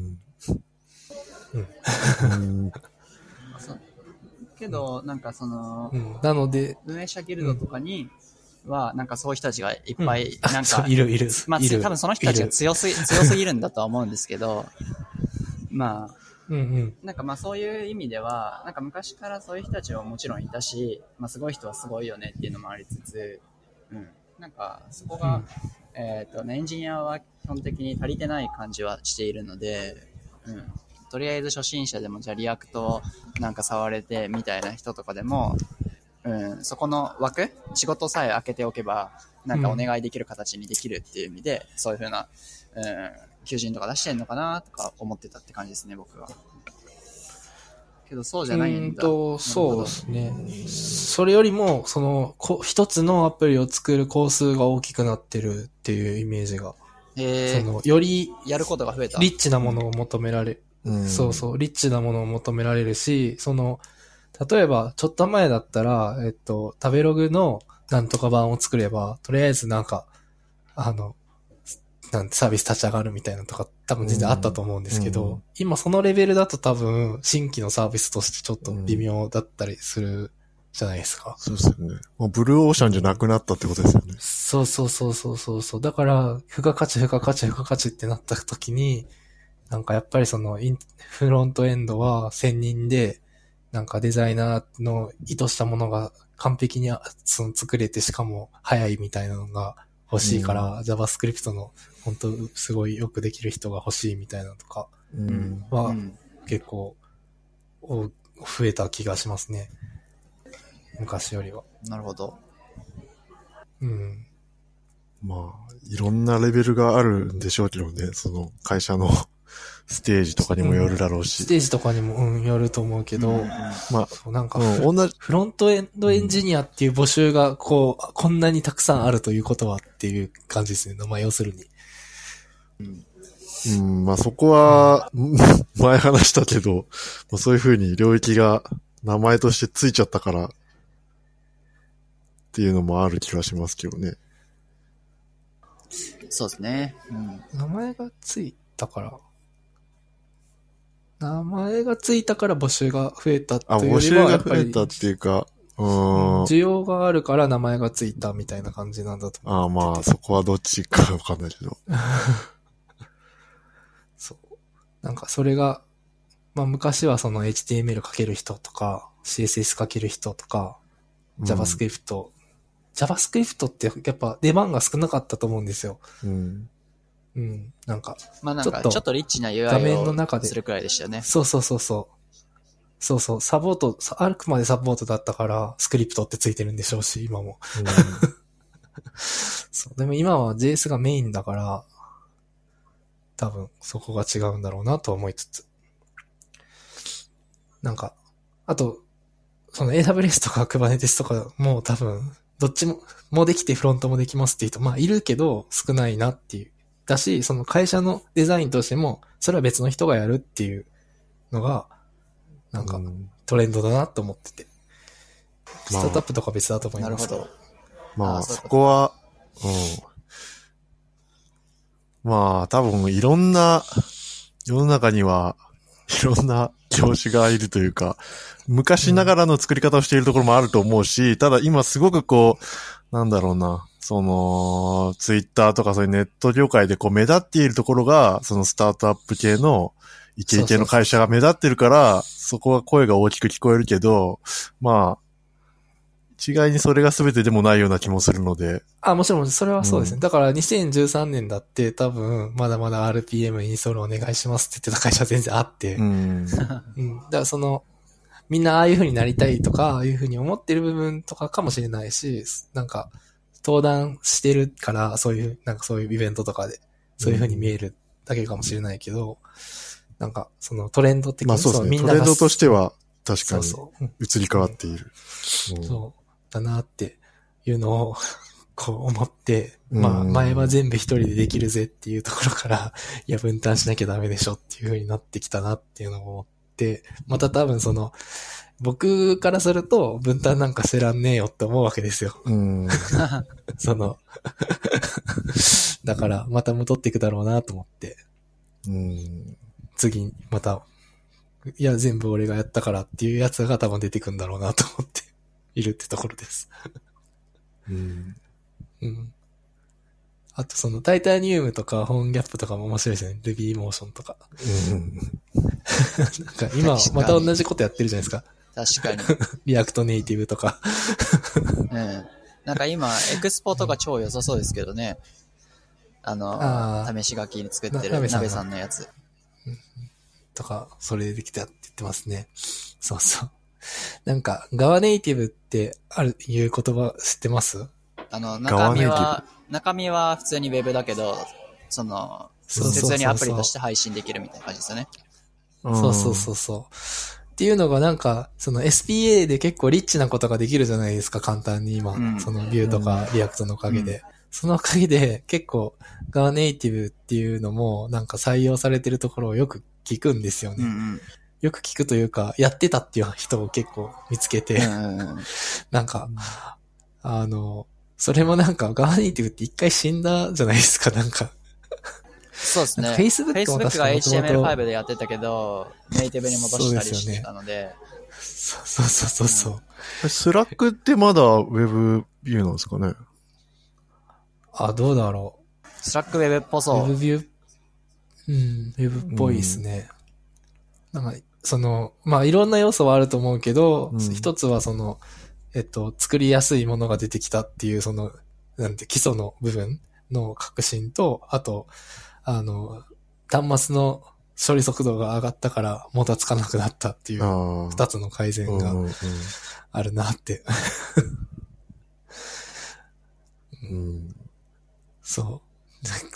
うん。けど、なんかその、 うん、なので、 運営者ギルドとかには、なんかそういう人たちがいっぱい、 うん、 なんか、 いるいる。 まあ、 いる多分その人たちが強すぎ、強すぎるんだとは思うんですけど、まあ、 うんうん、 なんかまあそういう意味では、なんか昔からそういう人たちはもちろんいたし、まあすごい人はすごいよねっていうのもありつつ、うん。なんかそこが、うん、えっと、エンジニアは基本的に足りてない感じはしているので、うん。とりあえず初心者でもじゃあリアクトなんか触れてみたいな人とかでも、うん、そこの枠仕事さえ開けておけばなんかお願いできる形にできるっていう意味で、うん、そういう風な、うん、求人とか出してんのかなとか思ってたって感じですね、僕は。けどそうじゃないんだ。 うんとそうですね。それよりもそのこ一つのアプリを作る工数が大きくなってるっていうイメージが、 へそのよりやることが増えた。 リッチなものを求められる。うん、そうそう、リッチなものを求められるし、その、例えば、ちょっと前だったら、えっと、食べログのなんとか版を作れば、とりあえずなんか、あの、なんてサービス立ち上がるみたいなのとか、多分全然あったと思うんですけど、うん、今そのレベルだと多分、新規のサービスとしてちょっと微妙だったりするじゃないですか。うん、 そうですよね。もうブルーオーシャンじゃなくなったってことですよね。 そうそうそうそうそうそう。だから、付加価値、付加価値、付加価値ってなった時に、なんかやっぱりそのインフロントエンドは専任で、なんかデザイナーの意図したものが完璧にその作れてしかも早いみたいなのが欲しいから、うん、JavaScript の本当すごいよくできる人が欲しいみたいなのとかは、うん、結構増えた気がしますね。昔よりは。 なるほど。 うん。 まあ、いろんなレベルがあるんでしょうけどね、その会社のステージとかにもよるだろうし。 うん、ステージとかにも、うん、よると思うけど、うん、まあ、なんか、うん、同じ、フロントエンドエンジニアっていう募集が、こう、こんなにたくさんあるということはっていう感じですね。まあ、要するに。 うん、うん、まあそこは、前話したけど、まあ、そういう風に領域が名前としてついちゃったから、っていうのもある気がしますけどね。 そうですね。うん、 名前がついたから、名前がついたから募集が増えたっていうよりは、 やっぱり。募集が増えたっていうか、うーん。 需要があるから名前がついたみたいな感じなんだと思う。 ああ、まあ、そこはどっちかわかんないけど。 そう。なんかそれが、まあ昔はその エイチティーエムエル 書ける人とか、シーエスエス 書ける人とか、JavaScript、うん、JavaScript ってやっぱ出番が少なかったと思うんですよ。 うん。 うん。なんか、 まあなんかちょっとリッチな ユーアイ画面の中でするくらいでしたよね。 そうそうそうそう。そうそう。サポート、あくまでサポートだったから、スクリプトってついてるんでしょうし、今も。うん、そうでも今は ジェイエス がメインだから、多分そこが違うんだろうなと思いつつ。なんか、あと、その エーダブリューエス とか Kubernetes とかも多分、どっちも、もうできてフロントもできますっていう人、まあいるけど少ないなっていう。だし、その会社のデザインとしても、それは別の人がやるっていうのが、なんかトレンドだなと思ってて。スタートアップとか別だと思いますけど。 なるほど。まあ、そこは、うん。まあ、多分いろんな、世の中には、いろんな業種がいるというか、昔ながらの作り方をしているところもあると思うし、うん、ただ今すごくこう、なんだろうな、その、ツイッターとかそういうネット業界でこう目立っているところが、そのスタートアップ系のイケイケの会社が目立ってるから、そこは声が大きく聞こえるけど、まあ、一概にそれが全てでもないような気もするので。 あ、もちろん、それはそうですね。うん、だからにせんじゅうさんねんだって多分、まだまだ アールピーエム インストールお願いしますって言ってた会社は全然あって。うん。うん。だからその、みんなああいう風になりたいとか、ああいう風に思ってる部分とかかもしれないし、なんか、登壇してるから、そういう、なんかそういうイベントとかで、そういう風に見えるだけかもしれないけど、うん、なんか、そのトレンド的に、 まあそうですね。みんなトレンドとしては、確かに、移り変わっている。 そうそう。うん、そうだなっていうのを、こう思って、まあ、前は全部一人でできるぜっていうところから、いや、分担しなきゃダメでしょっていう風になってきたなっていうのを思っで、また多分その、僕からすると分担なんか知らんねえよって思うわけですよ。 うん。 その、だからまた戻っていくだろうなと思って。 うん。 次、また、いや、全部俺がやったからっていうやつが多分出てくんだろうなと思っているってところです。 うん。 うん。あとそのタイタニウムとかホーンギャップとかも面白いですね。Ruby Motionとか。 うん。 なんか今また同じことやってるじゃないですか。 確かに。 リアクトネイティブとか。 うん。なんか今、エクスポとか超良さそうですけどね。あの、あ試し書きに作ってる鍋さんのやつ。 とか、それできたって言ってますね。そうそう。なんか、Java ネイティブってある、いう言葉知ってます？ あの、中身は、中身は普通に Web だけど、その、普通にアプリとして配信できるみたいな感じですよね。 そうそうそうそう。っていうのがなんか、その エスピーエー で結構リッチなことができるじゃないですか、簡単に今。うん、その Vue とか React のおかげで。うん、そのおかげで結構 Java ネイティブっていうのもなんか採用されてるところをよく聞くんですよね。うんうん、よく聞くというか、やってたっていう人を結構見つけて、うんうん、なんか、あの、それもなんか Java ネイティブって一回死んだじゃないですか、なんか。 そうですね。Facebook が エイチティーエムエルファイブ でやってたけど、ネイティブに戻したりしてたので。 そうそうそうそう。 うん、スラックってまだ Web ビューなんですかね？ あ、どうだろう。 スラック Web っぽそう。 Web ビュー、うん、Web っぽいですね。うん、なんか、その、まあいろんな要素はあると思うけど、うん、一つはその、えっと、作りやすいものが出てきたっていう、その、なんて、基礎の部分の革新と、あと、あの、端末の処理速度が上がったからもたつかなくなったっていう二つの改善があるなって。うん、そう。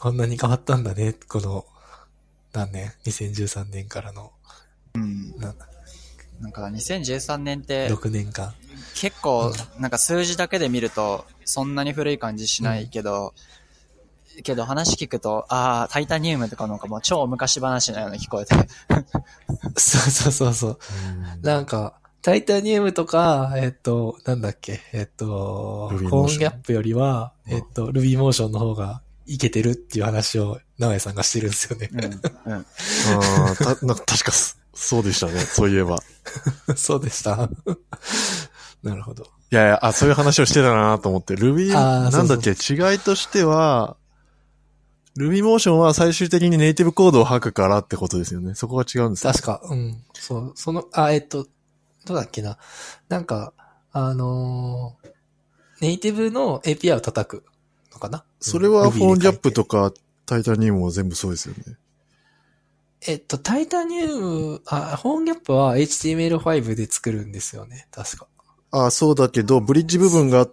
こんなに変わったんだね、この何年 ?にせんじゅうさんねんからの。 うん、な, なんかにせんじゅうさんねんって、 ろくねんかん。 結構、なんか数字だけで見るとそんなに古い感じしないけど、うん、けど話聞くと、ああ、タイタニウムとかなんかもう超昔話のような聞こえて。 そうそうそうそう。うん、なんか、タイタニウムとか、えっと、なんだっけ、えっと、コーンギャップよりは、えっと、Ruby Motion の方がいけてるっていう話を、直江さんがしてるんですよね。うん。うん、 ああ、た、なんか確かそうでしたね。そういえば。 そうでした。なるほど。 いやいや、あ、そういう話をしてたなと思って、Ruby、なんだっけ、違いとしては、Ruby Motion は最終的にネイティブコードを吐くからってことですよね。そこが違うんですか？ 確か、うん。そう、その、あ、えっと、どうだっけな。なんか、あのー、ネイティブの エーピーアイ を叩くのかな？ それはフォーンギャップとかタイタニウムは全部そうですよね。 えっと、タイタニウム、あ、フォーンギャップは エイチティーエムエルファイブ で作るんですよね。確か。 あ、そうだけど、ブリッジ部分があって、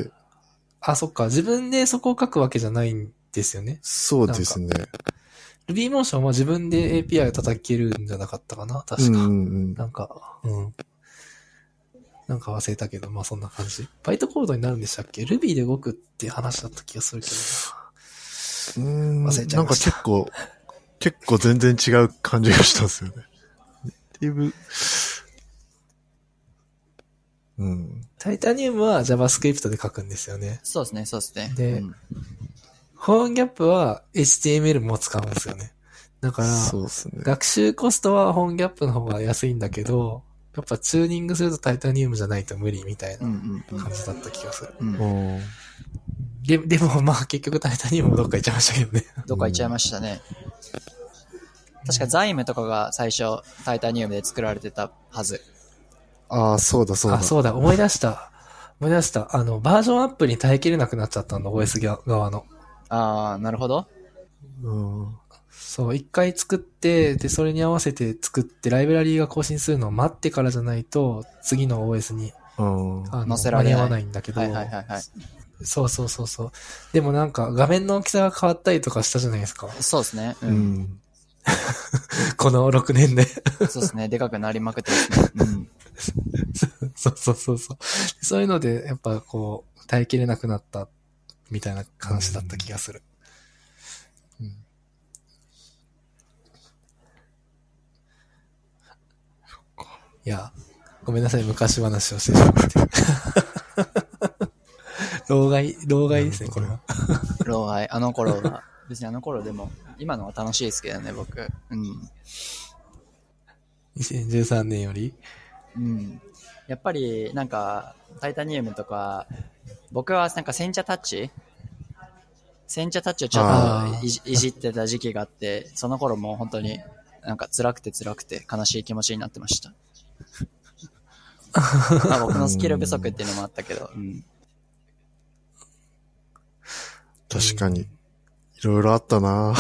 あ、そっか。自分でそこを書くわけじゃないんですよね。 そうですね。 Ruby Motion は自分で エーピーアイ を叩けるんじゃなかったかな？確か。うんうん、なんか、うん。なんか忘れたけど、まあそんな感じ。バイトコードになるんでしたっけ？ Ruby で動くって話だった気がするけどな。 うーん。忘れちゃいました。なんか結構、結構全然違う感じがしたんですよね。ネイティブ、うん。 タイタニウムは JavaScript で書くんですよね。 そうですね、そうですね。 で、うん、ホーンギャップは エイチティーエムエル も使うんですよね。だから、そうですね、学習コストはホーンギャップの方が安いんだけど、やっぱチューニングするとタイタニウムじゃないと無理みたいな感じだった気がする。うんうんうん、で, でもまあ結局タイタニウムもどっか行っちゃいましたけどね。 どっか行っちゃいましたね。確かザイムとかが最初タイタニウムで作られてたはず。 ああ、そうだそうだ。 あ、そうだ、思い出した。思い出した。あの、バージョンアップに耐えきれなくなっちゃったの、オーエス 側の。 ああ、なるほど。 うん。そう、一回作って、で、それに合わせて作って、ライブラリーが更新するのを待ってからじゃないと、次の オーエス に、 うん、 あの、間に合わないんだけど。はいはいはいはい。そうそうそうそう。でもなんか、画面の大きさが変わったりとかしたじゃないですか。 そうですね。 うん。うんこのろくねんでそうですね。でかくなりまくってますね。うん。 そうそうそうそう。そういうので、やっぱこう、耐えきれなくなった、みたいな話だった気がする。うん。 いや、ごめんなさい、昔話をしてしまって。老害、老害ですね、これは。 老害、あの頃は。別にあの頃でも、今のは楽しいですけどね、僕。うん。 にせんじゅうさんねんよりうん。やっぱり、なんか、タイタニウムとか、僕はなんか煎茶タッチ煎茶タッチをちょっとい じ, いじってた時期があって、その頃もう本当になんか辛くて辛くて悲しい気持ちになってました。まあ僕のスキル不足っていうのもあったけど、うん、 確かにいろいろあったな。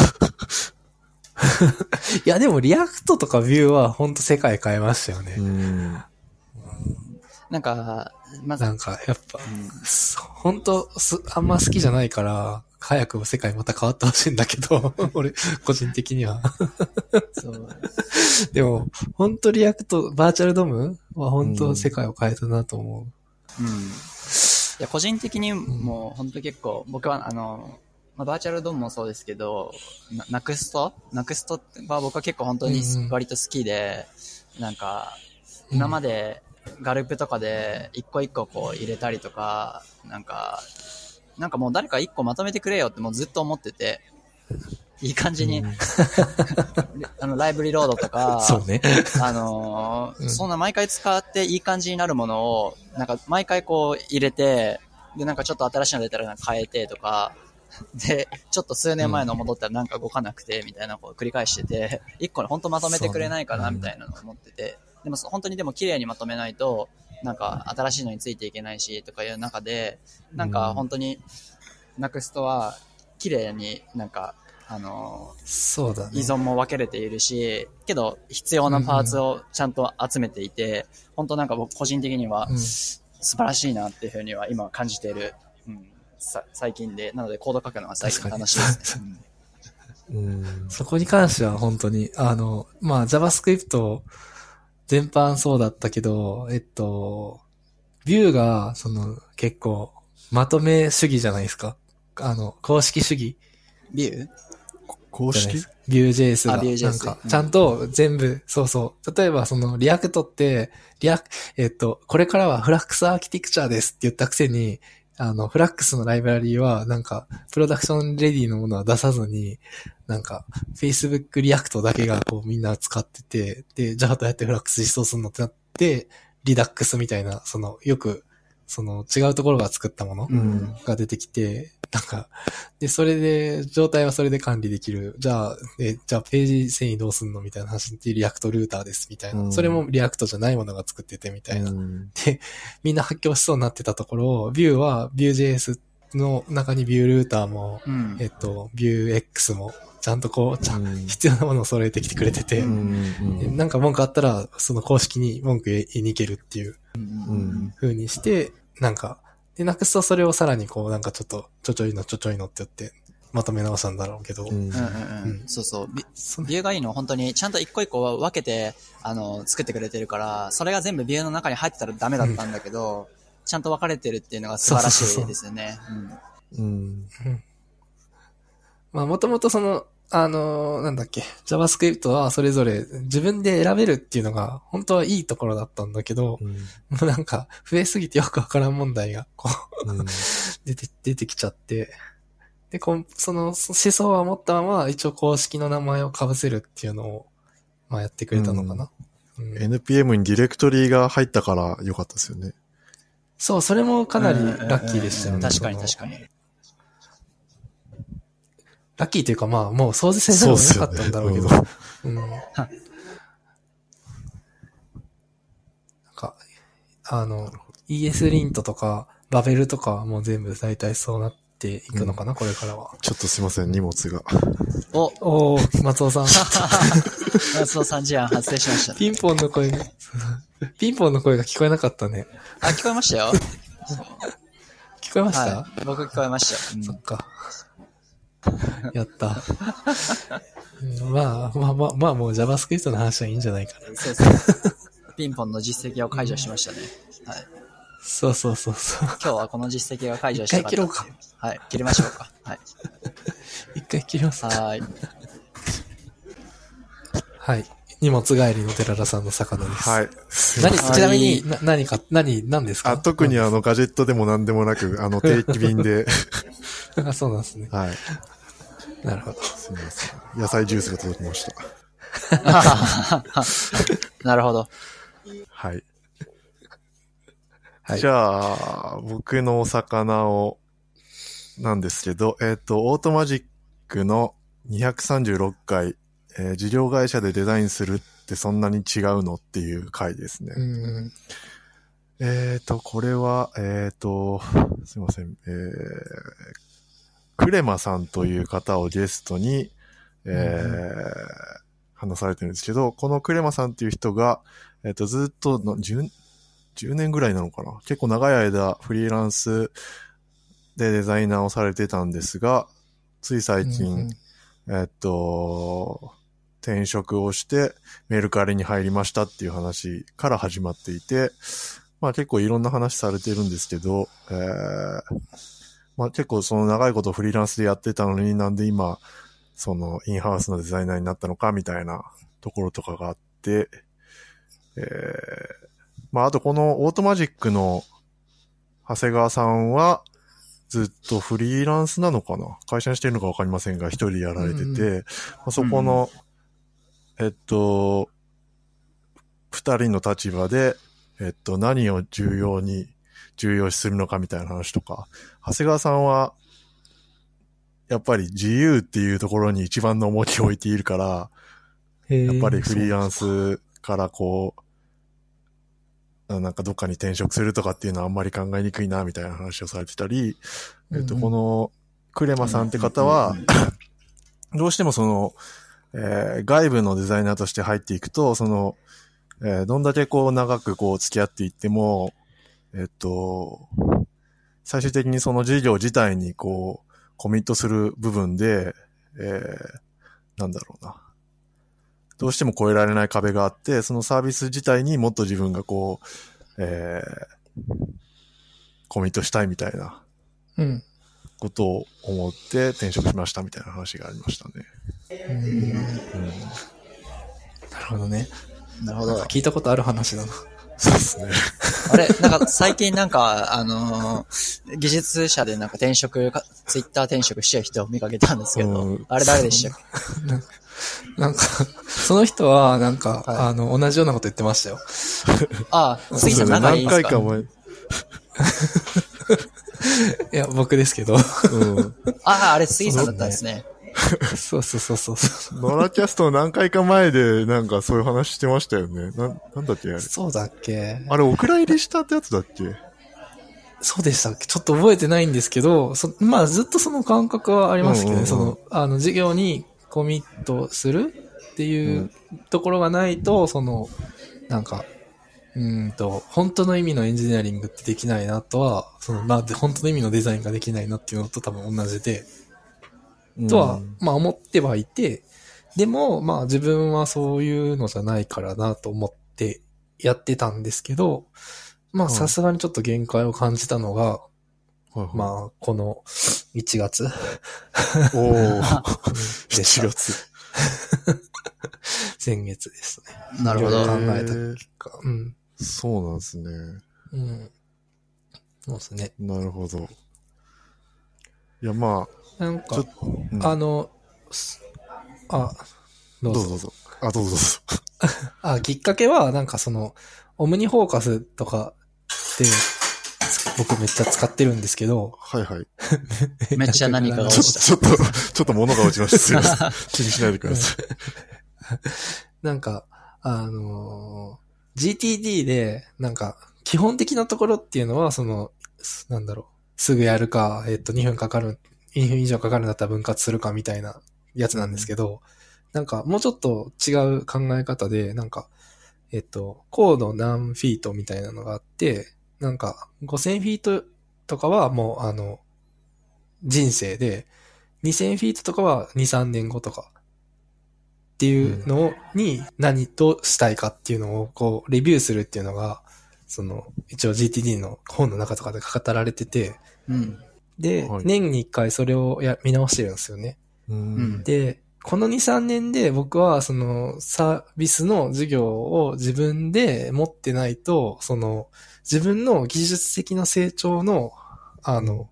いやでもリアクトとかビューは本当世界変えましたよね。うん、 なんかまずなんかやっぱ、うん、本当あんま好きじゃないから早く世界また変わってほしいんだけど、俺個人的には。そうでも本当リアクトバーチャルドームは本当世界を変えたなと思う。 うん。いや個人的にも本当結構、うん、僕はあの。まあ、バーチャルドームもそうですけど、ナクストナクストは僕は結構本当に割と好きで、うん、なんか、今までガルプとかで一個一個こう入れたりとか、なんか、なんかもう誰か一個まとめてくれよってもうずっと思ってて、いい感じに、うん、あのライブリロードとか、 そうね。 あのーうん、そんな毎回使っていい感じになるものを、なんか毎回こう入れて、でなんかちょっと新しいの出たらなんか変えてとか、で、ちょっと数年前の戻ったらなんか動かなくて、みたいなのを繰り返してて、一個に本当まとめてくれないかな、みたいなのを思ってて、でも本当にでも綺麗にまとめないと、なんか新しいのについていけないし、とかいう中で、なんか本当に、ナクストは綺麗になんか、あの、 そうだね。 依存も分けれているし、けど必要なパーツをちゃんと集めていて、本当なんか僕個人的には素晴らしいなっていうふうには今感じている。うん最近で、なのでコード書くのが最近楽しいですね。 うん、そこに関しては本当に、あの、まあ JavaScript 全般そうだったけど、えっと、Vue がその結構まとめ主義じゃないですか。あの、公式主義。 Vue？ 公式？ Vue.js が。なんか、ちゃんと全部、うん、そうそう。例えばそのリアクトって、リアク、えっと、これからはフラックスアーキテクチャですって言ったくせに、あの、フラックスのライブラリーは、なんか、プロダクションレディのものは出さずに、なんか、Facebook リアクトだけがこうみんな使ってて、で、じゃあどうやってフラックス実装するのってなって、リダックスみたいな、その、よく、その違うところが作ったものが出てきて、うん、なんか、で、それで、状態はそれで管理できる。じゃあ、え、じゃあページ遷移どうすんのみたいな話ってリアクトルーターです、みたいな、うん。それもリアクトじゃないものが作ってて、みたいな、うん。で、みんな発狂しそうになってたところを、Vue は Vue.js の中に Vue ルーターも、うん、えっと、Vuex も、ちゃんとこう、ちゃん、うん、必要なものを揃えてきてくれてて、うんうん、なんか文句あったら、その公式に文句言いに行けるっていう、風にして、なんか、で、なくすとそれをさらにこう、なんかちょっと、ちょちょいのちょちょいのって言って、まとめ直したんだろうけど。うんうんうん。 うん、そうそう。ビューがいいのは本当に、ちゃんと一個一個分けて、あの、作ってくれてるから、それが全部ビューの中に入ってたらダメだったんだけど、うん、ちゃんと分かれてるっていうのが素晴らしいですよね。そうそうそううん。うん。まあ、もともとその、あのー、なんだっけ、JavaScript はそれぞれ自分で選べるっていうのが本当はいいところだったんだけど、うん、もうなんか増えすぎてよくわからん問題がこう、うん、出て、出てきちゃって、で、こうその思想は持ったまま一応公式の名前を被せるっていうのを、まあやってくれたのかな。 うんうん、エヌピーエム にディレクトリが入ったから良かったですよね。 そう、それもかなりラッキーでしたよね。 確かに確かに。 ラッキーというかまあもう掃除せざるを得なかったんだろうけど。うね、うん。なんか、あの、イーエス リントとかバベルとかはもう全部大体そうなっていくのかな、うん、これからは。 ちょっとすいません、荷物が。 おおー、松尾さん。 松尾さん事案発生しました、ね。 ピンポンの声が、ピンポンの声が聞こえなかったね。 あ、聞こえましたよ。 聞こえました、 はい、僕聞こえましたよ。 うん、そっか。やった。まあ、まあまあ、まあもう JavaScript の話はいいんじゃないかな。 そうそう。ピンポンの実績を解除しましたね。はい。 そうそうそうそう。 今日はこの実績を解除したかった。 一回切ろうか。 はい。切りましょうか。はい。 一回切りますか。 はい。 はい。 荷物帰りの寺田さんの魚です。 はい。 何、ちなみに、な、何か、何、何ですか？ あ、特にあの、ガジェットでも何でもなく、あの、定期便で。 あ、そうなんですね。 はい。 なるほど。 すみません。野菜ジュースが届きました。 なるほど。 はい。 はい、 じゃあ、僕のお魚を、なんですけど、えっと、オートマジックのにひゃくさんじゅうろっかい、えー、事業会社でデザインするってそんなに違うのっていう回ですね。 うん、 えっと、これは、えっと、すいません、えー、クレマさんという方をゲストに、えーうん、話されてるんですけど、このクレマさんっていう人が、えっと、ずっとの 10, じゅうねんぐらいなのかな、結構長い間フリーランスでデザイナーをされてたんですが、つい最近、うん、えっと、転職をしてメルカリに入りましたっていう話から始まっていて、まあ結構いろんな話されてるんですけど、えー、まあ結構その長いことフリーランスでやってたのになんで今、そのインハウスのデザイナーになったのかみたいなところとかがあって、えー、まああとこのオートマジックの長谷川さんはずっとフリーランスなのかな、会社にしてるのかわかりませんが一人でやられてて、うんうん、まあ、そこの、うん、えっと、二人の立場で、えっと、何を重要に、重要視するのかみたいな話とか、長谷川さんは、やっぱり自由っていうところに一番の重きを置いているから、やっぱりフリーランスからこう、なんかどっかに転職するとかっていうのはあんまり考えにくいなみたいな話をされてたり、うんうん、えっと、このクレマさんって方は、どうしてもその、えー、外部のデザイナーとして入っていくと、その、えー、どんだけこう長くこう付き合っていっても、えっと、最終的にその事業自体にこう、コミットする部分で、えー、なんだろうな。どうしても越えられない壁があって、そのサービス自体にもっと自分がこう、えー、コミットしたいみたいな、ことを思って転職しましたみたいな話がありましたね。 うんうん、なるほどね。 なるほど。 聞いたことある話だな。 そうですね。 あれ、なんか最近なんか、あのー、技術者でなんか転職、ツイッター転職してる人を見かけたんですけど、うん、あれ誰でしたっけ？ なんか、その人はなんか、はい、あの、同じようなこと言ってましたよ。 ああ、杉さん仲いいんですか？ 何回か前。いや、僕ですけど。うん、 ああ、あれ杉さんだったんですね。 そうそうそうそうそう。 ノラキャスト何回か前でなんかそういう話してましたよね。な、なんだっけあれ。 そうだっけあれ、お蔵入りしたってやつだっけ？ そうでしたっけ？ちょっと覚えてないんですけど、そまあずっとその感覚はありますけどね、うんうんうん、その、あの、事業にコミットするっていうところがないと、うん、その、なんか、うーんと、本当の意味のエンジニアリングってできないなとは、その、まあ、本当の意味のデザインができないなっていうのと多分同じで、とは、まあ思ってはいて、でも、まあ自分はそういうのじゃないからなと思ってやってたんですけど、まあさすがにちょっと限界を感じたのが、はいはい、まあこのいちがつ。 おー、しちがつ。 先月ですね。 なるほど。 考えた結果。うん。 そうなんですね。 うん。そうですね。 なるほど。いや、まあ、 なんか、うん、あの、あ、どうぞ。 どうぞどうぞ。あ、どうぞどうぞ。 あ、きっかけは、なんかその、オムニフォーカスとかで、僕めっちゃ使ってるんですけど。 はいはい。 めっちゃ何かが落ちた。 ちょっと、ちょっと、ちょっと物が落ちました。すいません。気にしないでください。 なんか、あのー、ジーティーディー で、なんか、基本的なところっていうのは、その、なんだろう、すぐやるか、えっと、にふんかかる、にふん以上かかるんだったら分割するかみたいなやつなんですけど、なんか、もうちょっと違う考え方で、なんか、えっと、高度何フィートみたいなのがあって、なんか、ごせんフィートとかはもう、あの、人生で、にせんフィートとかはに、さんねんごとか、っていうのに何としたいかっていうのをこうレビューするっていうのがその一応 ジーティーディー の本の中とかで語られてて、うん、で、はい、年にいっかいそれをや見直してるんですよね、うん、でこのに、さんねんで僕はそのサービスの授業を自分で持ってないと、その自分の技術的な成長の、あの、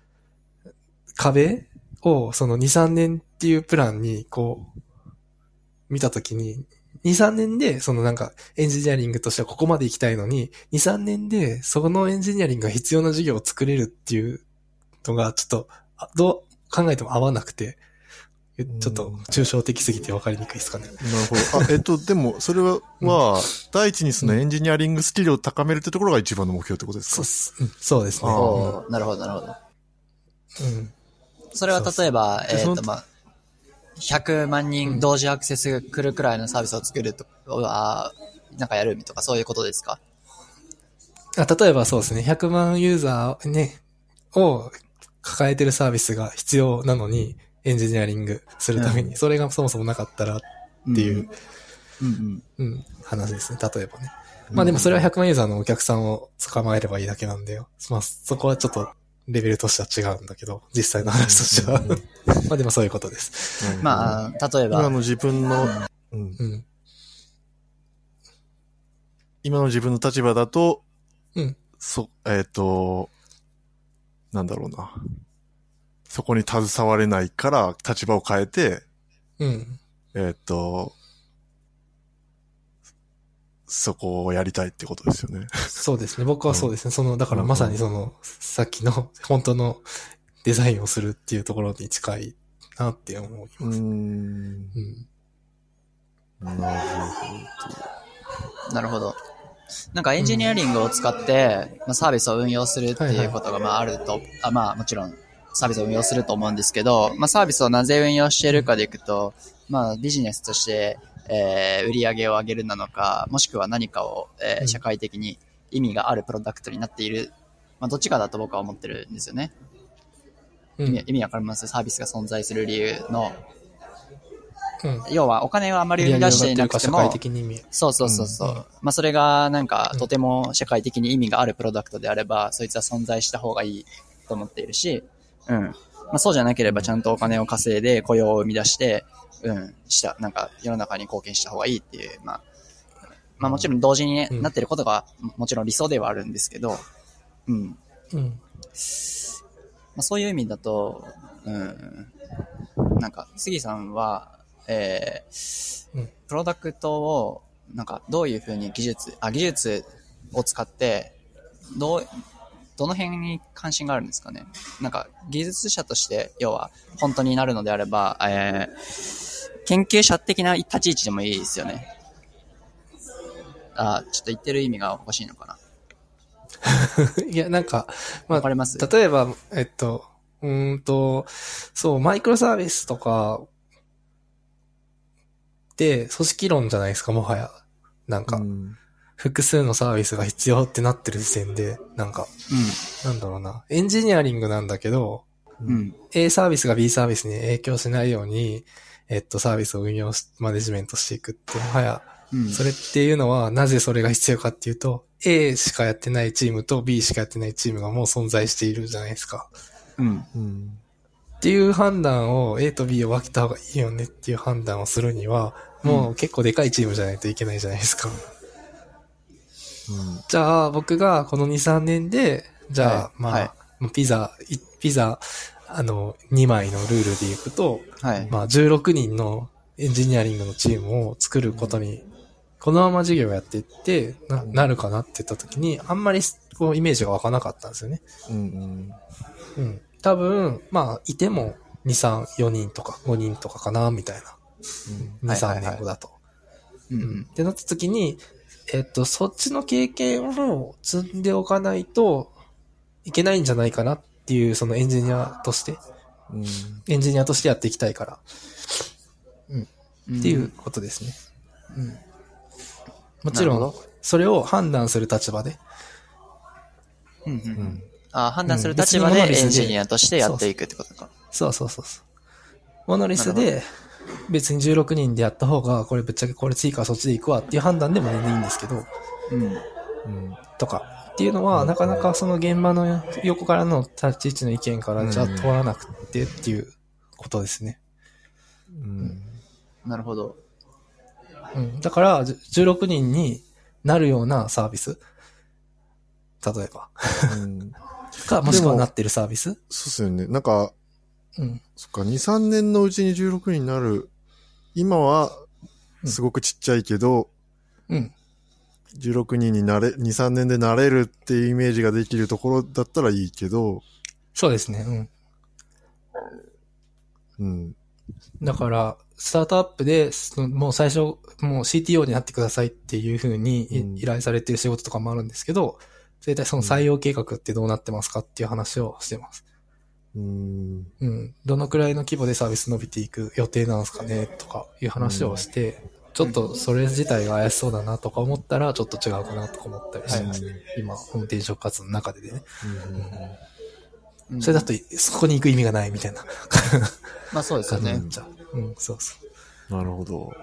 壁をそのに、さんねんっていうプランにこう、見たときに、に、さんねんでそのなんかエンジニアリングとしてはここまで行きたいのに、に、さんねんでそのエンジニアリングが必要な授業を作れるっていうのがちょっと、どう考えても合わなくて、ちょっと抽象的すぎて分かりにくいですかね。 なるほど。あ、えっと、でも、それは、は、うん、第一にそのエンジニアリングスキルを高めるってところが一番の目標ってことですか？ そう、うん、そうですね。 おー、なるほど、なるほど。うん。それは例えば、えっと、まあ、ひゃくまん人同時アクセス来るくらいのサービスを作るとか、なんかやるとかそういうことですか？ あ、例えばそうですね。ひゃくまんユーザーね、を抱えてるサービスが必要なのに、エンジニアリングするために、うん、それがそもそもなかったらっていう、うんうんうん、話ですね。例えばね。まあでもそれはひゃくまんユーザーのお客さんを捕まえればいいだけなんでよ。まあそこはちょっとレベルとしては違うんだけど、実際の話としては。まあでもそういうことです。 うん、まあ、例えば。 今の自分の、うんうん、今の自分の立場だと、うん、そ、えっと、なんだろうな。そこに携われないから立場を変えて、うん、えっと、そこをやりたいってことですよね。 そうですね。僕はそうですね。うん、その、だからまさにその、さっきの本当のデザインをするっていうところに近いなって思います。うーん。うん、 なるほど。なるほど。なんかエンジニアリングを使って、うん、まあ、サービスを運用するっていうことがまああると、はいはい、あまあもちろんサービスを運用すると思うんですけど、まあサービスをなぜ運用しているかでいくと、まあビジネスとして、えー、売り上げを上げるなのか、もしくは何かを、えー、社会的に意味があるプロダクトになっている、まあどっちかだと僕は思ってるんですよね。うん、意味、意味わかります？サービスが存在する理由の。うん、要はお金をあまり生み出していなくても、そうそうそうそう、うん、まあそれがなんかとても社会的に意味があるプロダクトであれば、そいつは存在した方がいいと思っているし、うん、まあそうじゃなければちゃんとお金を稼いで雇用を生み出して、うん、したなんか世の中に貢献した方がいいっていう、まあまあもちろん同時に、ねうん、なっていることがもちろん理想ではあるんですけど、うん、うん、まあそういう意味だと、うん、なんか杉さんはえーうん、プロダクトをなんかどういうふうに技術あ技術を使ってどうどの辺に関心があるんですかね。なんか技術者として要は本当になるのであれば、えー、研究者的な立ち位置でもいいですよね。あちょっと言ってる意味がおかしいのかな。 いやなんかまあわかります？ 例えばえっとうーんとそうマイクロサービスとかで、組織論じゃないですか、もはや。なんか、うん、複数のサービスが必要ってなってる時点で、なんか、うん、なんだろうな、エンジニアリングなんだけど、うん、A サービスが B サービスに影響しないように、えっと、サービスを運用し、マネジメントしていくって、もはや、うん、それっていうのは、なぜそれが必要かっていうと、A しかやってないチームと B しかやってないチームがもう存在しているじゃないですか。うん。うんっていう判断を A と B を分けた方がいいよねっていう判断をするには、もう結構でかいチームじゃないといけないじゃないですか。うん、じゃあ僕がこのに、さんねんで、じゃあ、はい、まあ、はい、ピザ、ピザ、あの、にまいのルールでいくと、はい、まあじゅうろくにんのエンジニアリングのチームを作ることに、このまま授業をやっていってな、なるかなって言った時に、あんまりこうイメージが湧かなかったんですよね。うんうん。うん多分、まあ、いてもに、さん、よにんとかごにんとかかな、みたいな。うん、に、さんねんごだと。うんうん。ってなった時に、えっと、そっちの経験を積んでおかないといけないんじゃないかなっていう、そのエンジニアとして。うん、エンジニアとしてやっていきたいから。うん。っていうことですね。うん。もちろん、それを判断する立場で。 うんうん。うんあ判断する立場でエンジニアとしてやっていくってことか。 そうそうそうそう。モノリスで別にじゅうろくにんでやった方がこれぶっちゃけこれ次からそっちで行くわっていう判断でも全然いいんですけど。うん。うん。とかっていうのはなかなかその現場の横からの立ち位置の意見からじゃ通らなくてっていうことですね。 うん、なるほど。 うん。だから、じゅうろくにんになるようなサービス。例えば。うん、か、もしくはなってるサービス。 そうっすよね。なんか、 うん。 そっか、に、さんねんのうちにじゅうろくにんになる。今は、すごくちっちゃいけど、 うん。 じゅうろくにんになれ、に、さんねんでなれるっていうイメージができるところだったらいいけど。 そうですね。 うん。うん。 だから、スタートアップで、もう最初、もう シーティーオー になってくださいっていう風に依頼されてる仕事とかもあるんですけど、絶対その採用計画ってどうなってますかっていう話をしてます。うん。うん。どのくらいの規模でサービス伸びていく予定なんですかねとかいう話をして、ちょっとそれ自体が怪しそうだなとか思ったら、ちょっと違うかなとか思ったりしますね。今、転職活動の中でね。うん、それだと、そこに行く意味がないみたいな。 まあそうですよね。 うん、そうそう。 なるほど。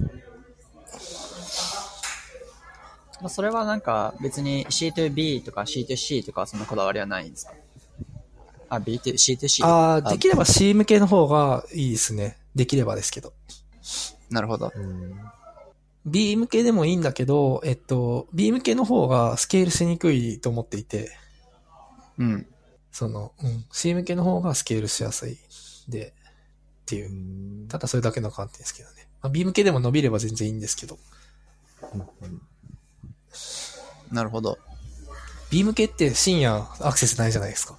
まあそれはなんか別に シーツービー とか シーツーシー とかそんなこだわりはないんですか？あ、ビーツー、シーツーシー。 ああ、できれば C 向けの方がいいですね。できればですけど。 なるほど。 B 向けでもいいんだけど、えっと、B 向けの方がスケールしにくいと思っていて。 うん。 その、うん。C 向けの方がスケールしやすい。で、っていう。ただそれだけの観点ですけどね。まあ、B 向けでも伸びれば全然いいんですけど。うんうん、 なるほど。 B 向けって深夜アクセスないじゃないですか。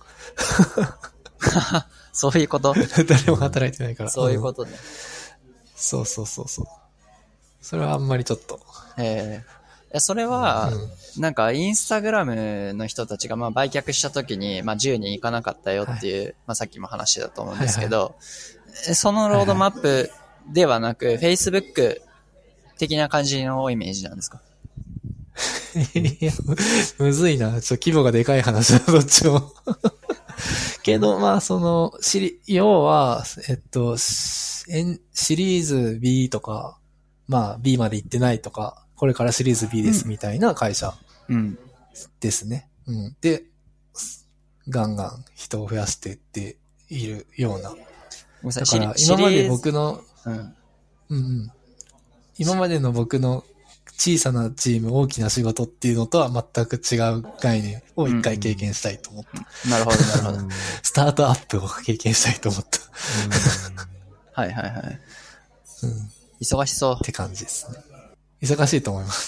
そういうこと誰も働いてないから。 そういうことね、うん。 そうそうそうそう。それはあんまりちょっと。 ええー。それは、うん、なんかインスタグラムの人たちがまあ売却した時に、まあじゅうにんいかなかったよっていう、はい、まあさっきも話だと思うんですけど、はいはい、そのロードマップではなく、はいはい、Facebook 的な感じのイメージなんですか？ いや、むずいな。ちょっと規模がでかい話だ、どっちも。けど、まあ、その、シリ、要は、えっと、シリーズ B とか、まあ、B まで行ってないとか、これからシリーズ B ですみたいな会社ですね。うん。うん、で、ガンガン人を増やしていっているような。だから今まで僕の、うん、うんうん。今までの僕の小さなチーム、大きな仕事っていうのとは全く違う概念を一回経験したいと思った。 うん、なるほど、なるほど。 スタートアップを経験したいと思った。 はいはいはい。 うん、 忙しそう。 って感じですね。忙しいと思います。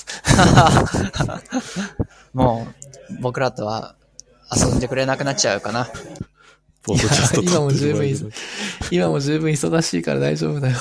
もう、僕らとは遊んでくれなくなっちゃうかな。 いや今も十分、今も十分忙しいから大丈夫だよ。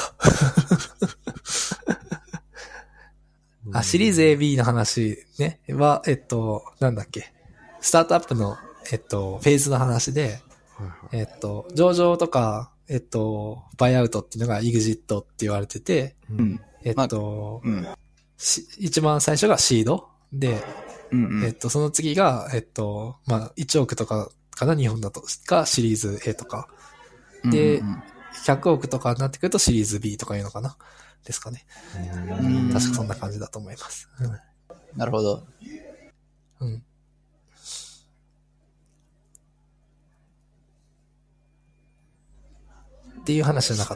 あ、シリーズ エービー の話ね、は、えっと、なんだっけ。スタートアップの、えっと、フェーズの話で、えっと、上場とか、えっと、バイアウトっていうのが エグジット って言われてて、うん、えっと、まあうん、一番最初がシードで、うんうん、えっと、その次が、えっと、まあ、いちおくとかかな、日本だと、か、シリーズ A とか。で、うんうん、ひゃくおくとかになってくるとシリーズ B とかいうのかなですかね。うん確かそんな感じだと思います。うん、 なるほど。うん。 っていう話じゃなかった。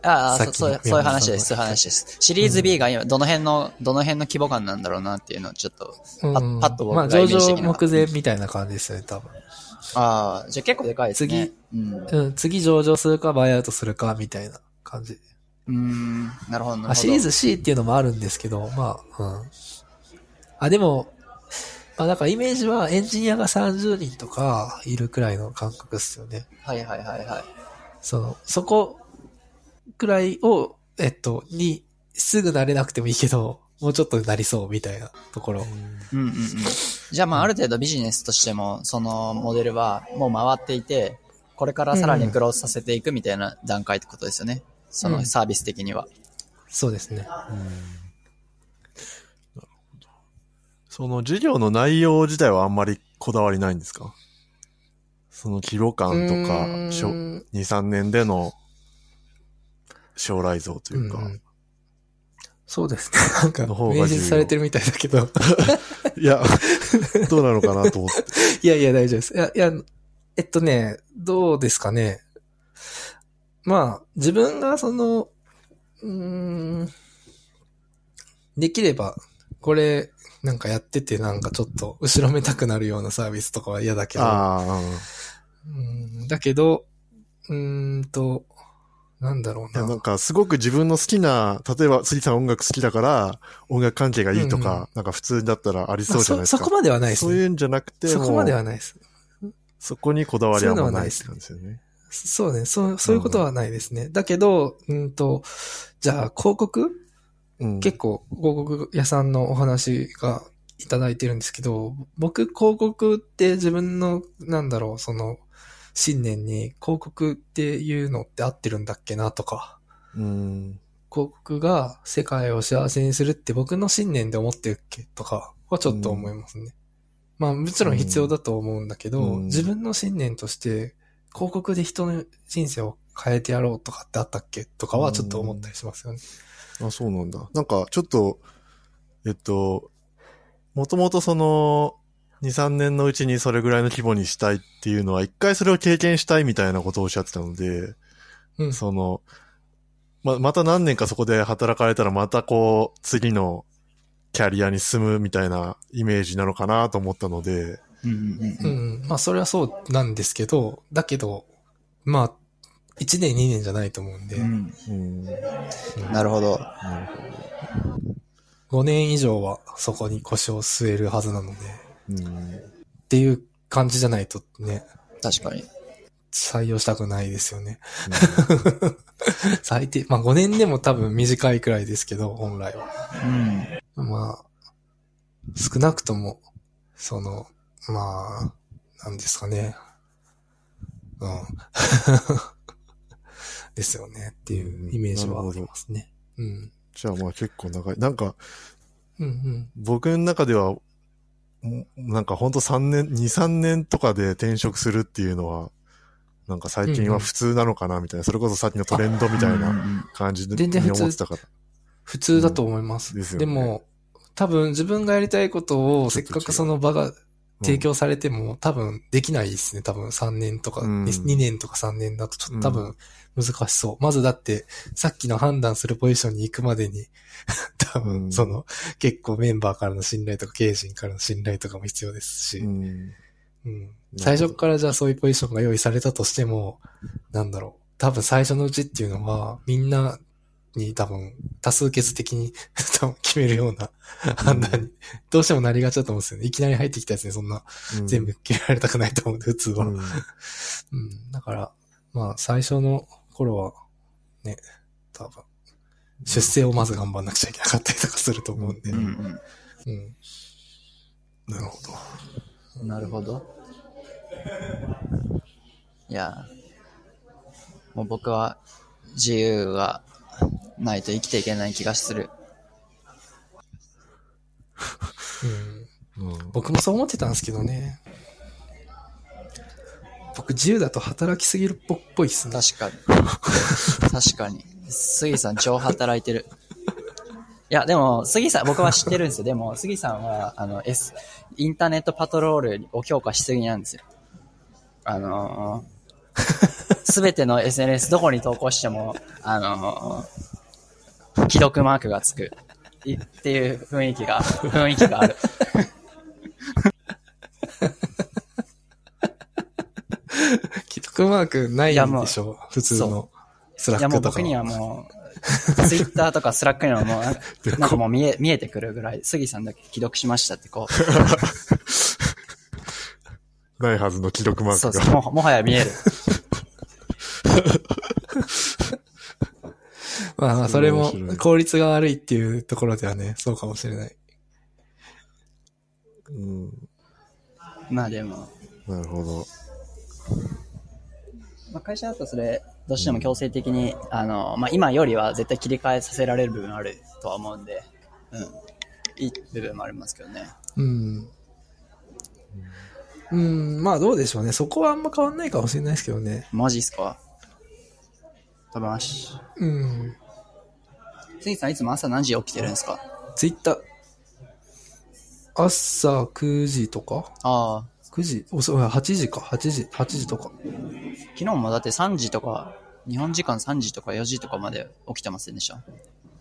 ああ、そう、そういう話です、そういう話です。シリーズ B が今、どの辺の、どの辺の規模感なんだろうなっていうのをちょっと、パッ、うん、パッと僕がイメージできなかった。 まあ、上場目前みたいな感じですね、多分。 ああ、じゃあ結構でかいですね。 次、うん、うん、次上場するか、バイアウトするか、みたいな感じ。 うーん、なるほど、なるほど。 シリーズ C っていうのもあるんですけど、まあ、うん。あ、でも、まあだからイメージはエンジニアがさんじゅうにんとかいるくらいの感覚ですよね。 はいはいはいはい。 その、そこくらいを、えっと、に、すぐなれなくてもいいけど、もうちょっとなりそうみたいなところ。 うんうんうん。じゃあまあある程度ビジネスとしても、そのモデルはもう回っていて、これからさらにグロースさせていくみたいな段階ってことですよね。そのサービス的には。うん、 そうですね。うん、なるほど。その授業の内容自体はあんまりこだわりないんですか？その規模感とか、に、さんねんでの将来像というか。うん、 そうですね。なんか、明示されてるみたいだけど。 いや、どうなのかなと思って。 いやいや、大丈夫です。いや、いや、えっとね、どうですかね。 まあ、自分がその、うーん、できれば、これ、なんかやっててなんかちょっと後ろめたくなるようなサービスとかは嫌だけど、 あうんだけど、うーんと、なんだろうな。 いやなんかすごく自分の好きな、例えば杉さん音楽好きだから音楽関係がいいとか、うんうん、なんか普通だったらありそうじゃないですか。 まあ、そ, そこまではないですね。 そういうんじゃなくて、 そこまではないです。 そこにこだわりはもうないって感じですよね。 そうね、そう、そういうことはないですね。うん、だけど、うんと、じゃあ広告、うん、結構広告屋さんのお話がいただいてるんですけど、僕広告って自分の、なんだろう、その、信念に広告っていうのって合ってるんだっけなとか、 うん、 広告が世界を幸せにするって僕の信念で思ってるっけとかはちょっと思いますね。うん、まあもちろん必要だと思うんだけど、うん、自分の信念として広告で人の人生を変えてやろうとかってあったっけとかはちょっと思ったりしますよね。 うん、あ、そうなんだ。なんかちょっと、えっと、もともとその、に、さんねんのうちにそれぐらいの規模にしたいっていうのは、一回それを経験したいみたいなことをおっしゃってたので、うん、その、ま、また何年かそこで働かれたらまたこう、次のキャリアに進むみたいなイメージなのかなと思ったので。 うんうんうん。うん、まあそれはそうなんですけど、だけど、まあ、いちねんにねんじゃないと思うんで。うんうん、なるほど。 なるほど。 ごねん以上はそこに腰を据えるはずなので。 うん、 っていう感じじゃないとね。 確かに。 採用したくないですよね。うん、最低、まあごねんでも多分短いくらいですけど、本来は。うん、まあ、少なくとも、その、まあ、なんですかね。うん。ですよねっていうイメージはありますね。うん。 じゃあまあ結構長い。なんか、 うんうん、 僕の中では、なんかほんとさんねん、に、さんねんとかで転職するっていうのは、なんか最近は普通なのかなみたいな、うんうん、それこそさっきのトレンドみたいな感じで思ってたから。 普通だと思います。うん、ですよね。でも、多分自分がやりたいことをせっかくその場が提供されても、うん、多分できないですね。多分さんねんとか、うん、にねんとかさんねんだとちょっと多分難しそう。うん、まずだってさっきの判断するポジションに行くまでに多分その、うん、結構メンバーからの信頼とか経営陣からの信頼とかも必要ですし、うんうん、最初からじゃあそういうポジションが用意されたとしても、なんだろう。多分最初のうちっていうのはみんなに多分多数決的に多分決めるような判断に、うん、どうしてもなりがちだと思うんですよね。いきなり入ってきたやつにそんな、うん、全部決められたくないと思うんで、普通は。うんうん、だから、まあ最初の頃はね、多分出世をまず頑張んなくちゃいけなかったりとかすると思うんで。うんうんうん、 なるほど。なるほど。いや、もう僕は自由がないと生きていけない気がする。 うんうん、僕もそう思ってたんですけどね。僕自由だと働きすぎるっぽいっすね。 確かに。確かに。杉さん超働いてる。いや、でも、杉さん、僕は知ってるんですよ。でも、杉さんは、あの、S、インターネットパトロールを強化しすぎなんですよ。あのす、ー、べての エスエヌエス どこに投稿しても、あのー、既読マークがつくっていう雰囲気が、雰囲気がある。 既読マークないんでしょ、普通のスラックとか。いやもう僕にはもう、ツイッターとかスラックにはもうなんか、なんかもう見え、見えてくるぐらい、杉さんだけ既読しましたってこう。 ないはずの既読マークが。 そうそう、も、もはや見える。 まあまあ、それも効率が悪いっていうところではね、そうかもしれない。 うん。 まあでも。 なるほど。 まあ会社だとそれ、どうしても強制的に、うん、あの、まあ今よりは絶対切り替えさせられる部分あるとは思うんで、うん。いい部分もありますけどね。 うん。うん、まあどうでしょうね。そこはあんま変わんないかもしれないですけどね。 マジっすか？食べまし。 うん。 杉さんいつも朝何時起きてるんですか？ ツイッター。朝くじとか？ ああ。 くじ、おそはちじか。はちじ、はちじとか。 昨日もだってさんじとか日本時間さんじとかよじとかまで起きてませんでした？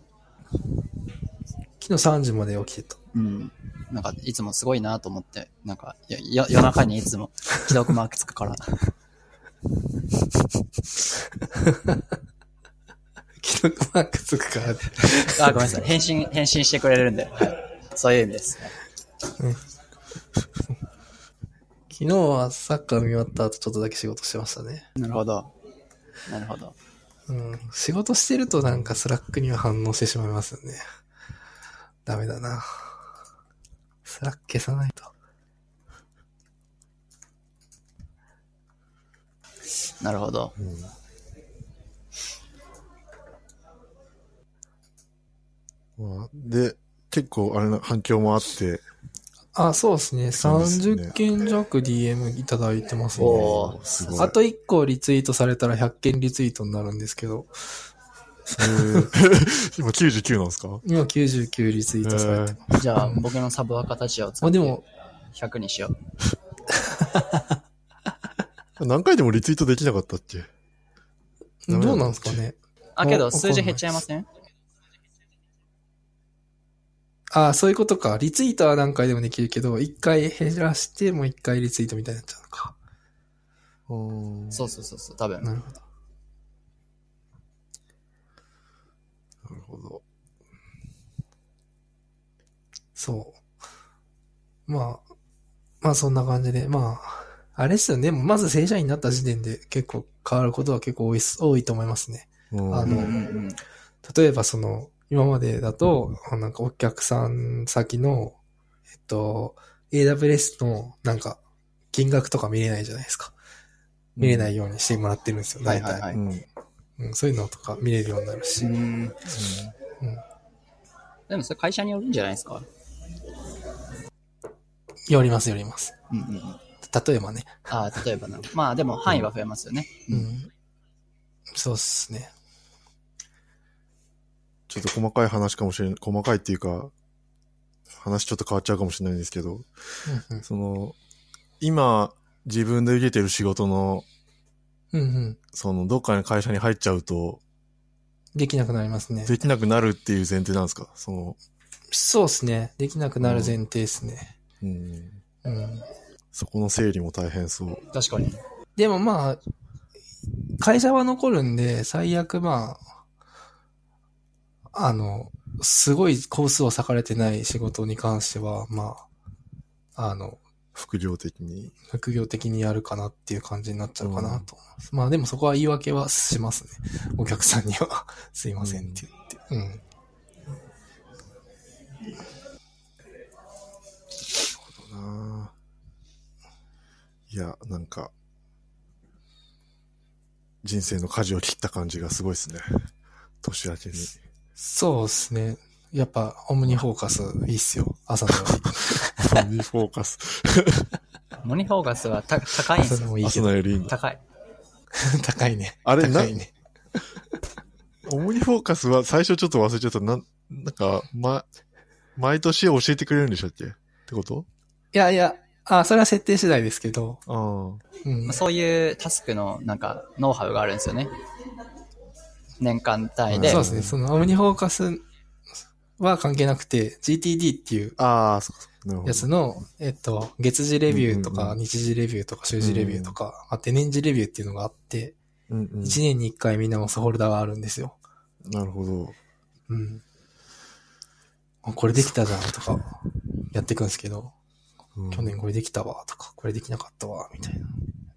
昨日さんじまで起きてた。 うん。なんか、いつもすごいなと思って、なんか、や夜中にいつも既読マークつくから。 既読マークつくからって。 あ、ごめんなさい。返信、返信してくれるんで、はい。そういう意味です。 うん、昨日はサッカー見終わった後ちょっとだけ仕事してましたね。 なるほど。なるほど。 うん。仕事してるとなんかスラックには反応してしまいますよね。ダメだな。スラック消さないと。 なるほど。 うん、まあ、で、結構あれな反響もあって。 あ、そうですね。さんじゅっけん弱 ディーエム いただいてますね。 おー、すごい。 あといっこリツイートされたらひゃっけんリツイートになるんですけど。 今きゅうじゅうきゅうなんですか？ 今きゅうじゅうきゅうリツイートされてます。 じゃあ、僕のサブアカ形を使ってひゃくにしよう。何回でもリツイートできなかったっけ？ どうなんですかね。 あ、けど数字減っちゃいません？ ああ、そういうことか。リツイートは何回でもできるけど、いっかい減らしてもういっかいリツイートみたいになっちゃうのか。 そうそうそうそう、多分。 なるほど。 なるほど。 そう。まあ、まあそんな感じで、まあ、あれですよね。まず正社員になった時点で結構変わることは結構多い、多いと思いますね。あの、うんうん、例えばその、今までだと、なんかお客さん先の、えっと、エーダブリューエス のなんか金額とか見れないじゃないですか。見れないようにしてもらってるんですよ、大体。はいはいはいうん、そういうのとか見れるようになるし。うんうん、 でもそれ会社によるんじゃないですか？ よります、よります。 うんうん、 例えばね。 ああ、例えばな。まあでも範囲は増えますよね。 うん。うん、そうっすね。 ちょっと細かい話かもしれない。細かいっていうか、話ちょっと変わっちゃうかもしれないんですけど、うんうん、その、今、自分で受けてる仕事の、 うんうん、 その、どっかの会社に入っちゃうと、 できなくなりますね。 できなくなるっていう前提なんですか？その、 そうですね。できなくなる前提ですね。 うん。 うん。 そこの整理も大変そう。 確かに。 でもまあ、会社は残るんで、最悪まあ、あの、すごいコースを割かれてない仕事に関しては、まあ、あの、 副業的に。 副業的にやるかなっていう感じになっちゃうかなと思います。うん、まあでもそこは言い訳はしますね。お客さんには、すいませんって言って。うん。うん、なるほどな。いや、なんか、人生の舵を切った感じがすごいですね。年明けに。 そうですね。やっぱ、オムニフォーカスいいっすよ。朝のより。オムニフォーカス。 オムニフォーカスはた高いんですよ。 いい朝のよりいいんだ。 高い。 高いね。 あれ、 高いね。 オムニフォーカスは最初ちょっと忘れちゃった。な、なんか、ま、毎年教えてくれるんでしたっけってこと？ いやいや、あ、それは設定次第ですけど。 あうん、そういうタスクのなんかノウハウがあるんですよね。年間単位で。 そうですね。そのオムニフォーカスは関係なくて、ジーティーディー っていうやつの、えっと、月次レビューとか、日次レビューとか、週次レビューとか、あって年次レビューっていうのがあって、いちねんにいっかい見直すホルダーがあるんですよ。 なるほど。 うん。これできたじゃんとか、やっていくんですけど、うん、去年これできたわとか、これできなかったわ、みたいな。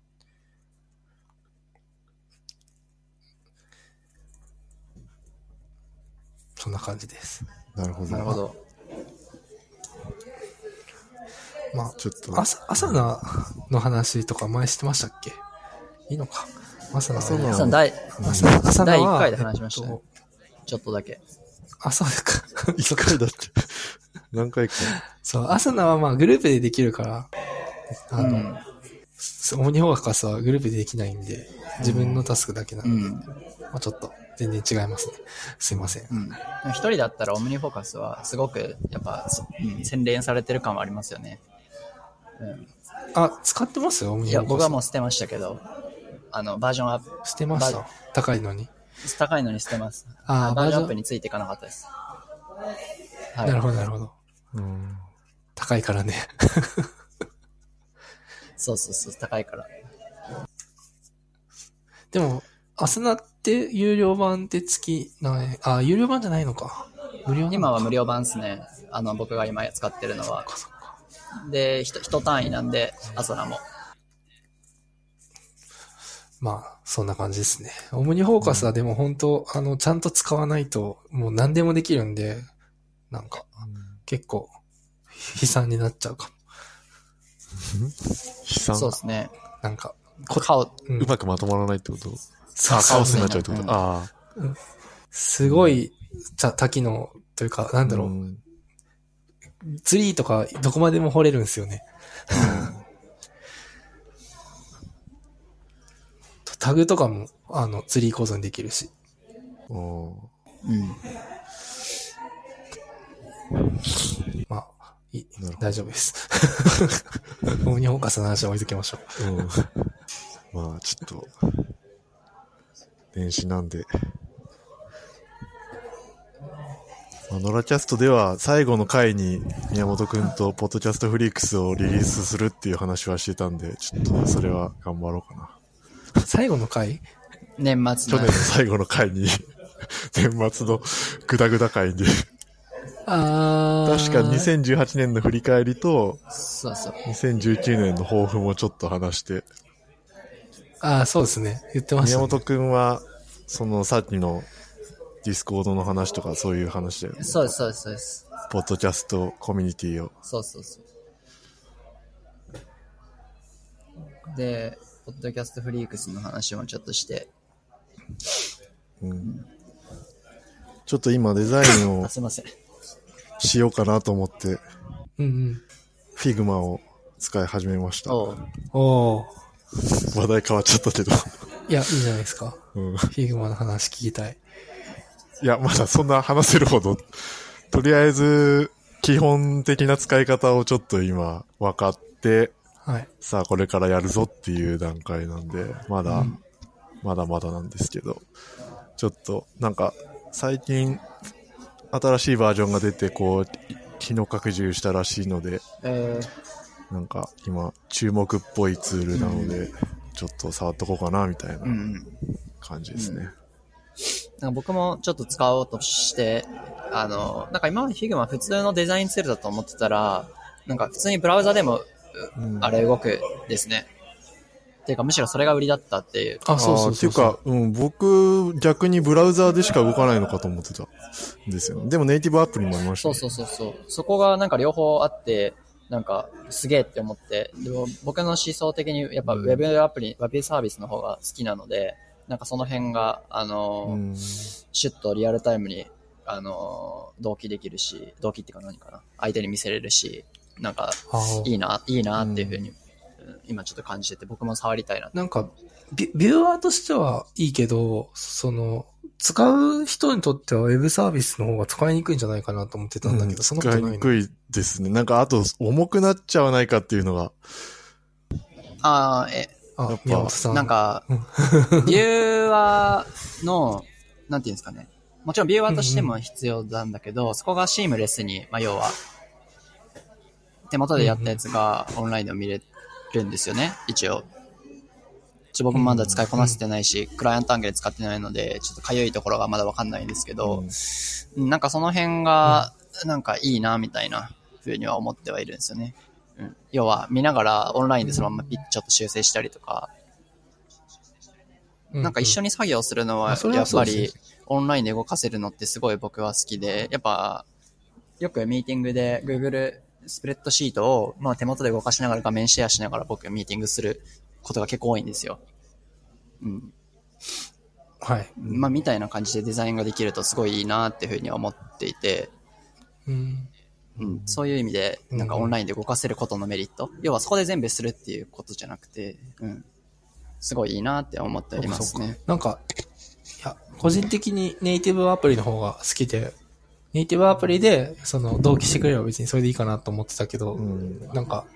そんな感じです。 なるほど。 なるほど。 まあ、ちょっと。朝、朝のの話とか前してましたっけ？いいのか。朝の朝の朝の第、朝の朝の第いっかいで話しました、ねえっと。ちょっとだけ。 あ、そうですか。 いっかいだって。何回か。 そう、朝のはまあグループでできるから、あの、うん、オムニフォーカスはグループでできないんで、自分のタスクだけなんで、うん、まあちょっと全然違いますね。すいません。 うん。一人だったらオムニフォーカスはすごくやっぱ、うん、洗練されてる感はありますよね。うん。 あ、使ってますよ、オムニフォーカス。 いや、僕はもう捨てましたけど。 あの、バージョンアップ。 捨てました。高いのに。 高いのに捨てます。 ああ、 バージョンアップについていかなかったです。 はい、なるほど、なるほど。うん、高いからね。 そうそうそう、高いから。 でも、アスナって有料版って月何円？あ、有料版じゃないのか。無料今は無料版ですね。あの、僕が今使ってるのは。で、ひと、一単位なんで、アスナも。 まあ、そんな感じですね。オムニフォーカスはでも本当、うん、あの、ちゃんと使わないと、もう何でもできるんで、なんか、うん、結構、悲惨になっちゃうかも。 悲惨？ そうですね。 なんか、 カオ、うん、うまくまとまらないってこと？さあ、カオスになっちゃうってこと？うん、ああ、 うん。すごい、じゃ、多機能というか、なんだろう、うん。ツリーとか、どこまでも掘れるんですよね。タグとかも、あの、ツリー構造にできるし。 おー。 うん。 まあ、いい、大丈夫です。もう日本化すの話は置いときましょう。うん、 まあ、ちょっと、電子なんで。まあ、ノラキャストでは最後の回に宮本くんとポッドキャストフリークスをリリースするっていう話はしてたんで、ちょっとそれは頑張ろうかな。 最後の回？ 年末の。去年の最後の回に、年末のグダグダ回に。 あ確かにせんじゅうはちねんの振り返りと、 そうそう。 にせんじゅうきゅうねんの抱負もちょっと話して。 ああ、そうですね。言ってましたね。 宮本くんは、そのさっきのディスコードの話とかそういう話だよね。 そうです、そうです、そうです。 ポッドキャストコミュニティを。 そうそうそう。で、ポッドキャストフリークスの話もちょっとして。 うん。うん、ちょっと今デザインを。 すいません。 しようかなと思って。 うんうん。 フィグマを使い始めました。 おう。 おう。 話題変わっちゃったけど。 いや、いいじゃないですか。 うん。 フィグマの話聞きたい。 いや、まだそんな話せるほど、とりあえず、基本的な使い方をちょっと今分かって、 はい。 さあこれからやるぞっていう段階なんで、まだ、うん、まだまだなんですけど、ちょっと、なんか、最近、新しいバージョンが出て、こう、機能拡充したらしいので、 えー、なんか今、注目っぽいツールなので、うん、ちょっと触っとこうかな、みたいな感じですね。うんうん、 なんか僕もちょっと使おうとして、あの、なんか今まで Figma 普通のデザインツールだと思ってたら、なんか普通にブラウザでも、うん、あれ動くですね。っていうかむしろそれが売りだったっていう。 あ、そうそうそう。っていうか、うん、僕逆にブラウザーでしか動かないのかと思ってたんですよね。でもネイティブアプリもありましたね。 そうそうそうそう。そこがなんか両方あって、なんかすげえって思って、でも僕の思想的にやっぱウェブアプリ、うん、ウェブサービスの方が好きなので、なんかその辺が、あのーうん、シュッとリアルタイムに、あのー、同期できるし、同期っていうか何かな、相手に見せれるし、なんかいいな、いいなっていう風に、うん、今ちょっと感じてて、僕も触りたいな。 なんかビ、ビューアーとしてはいいけど、その、使う人にとってはウェブサービスの方が使いにくいんじゃないかなと思ってたんだけど、うん、そのことないの？ 使いにくいですね。なんかあと重くなっちゃわないかっていうのが。 ああ、え、 あ、宮本さん。 なんか、ビューアーの、なんていうんですかね。もちろんビューアーとしても必要なんだけど、うんうん、そこがシームレスに、まあ要は、手元でやったやつがオンラインでも見れるんですよね、一応。ちょ僕もまだ使いこなせてないし、うん、クライアントアングで使ってないので、ちょっとかゆいところがまだわかんないんですけど、うん、なんかその辺が、なんかいいな、みたいな風には思ってはいるんですよね。うん、要は見ながらオンラインでそのままピッちょっと修正したりとか、うんうん、なんか一緒に作業するのはやっぱりオンラインで動かせるのってすごい僕は好きで、やっぱよくミーティングで Google スプレッドシートをまあ手元で動かしながら画面シェアしながら僕ミーティングすることが結構多いんですよ。うん。 はい。 まあみたいな感じでデザインができるとすごいいいなっていうふうには思っていて、 うんうん、そういう意味でなんかオンラインで動かせることのメリット、うん、要はそこで全部するっていうことじゃなくて、うん、すごいいいなって思っていますね。 なんかいや個人的にネイティブアプリの方が好きで、ネイティブアプリでその同期してくれれば別にそれでいいかなと思ってたけど、うん、なんか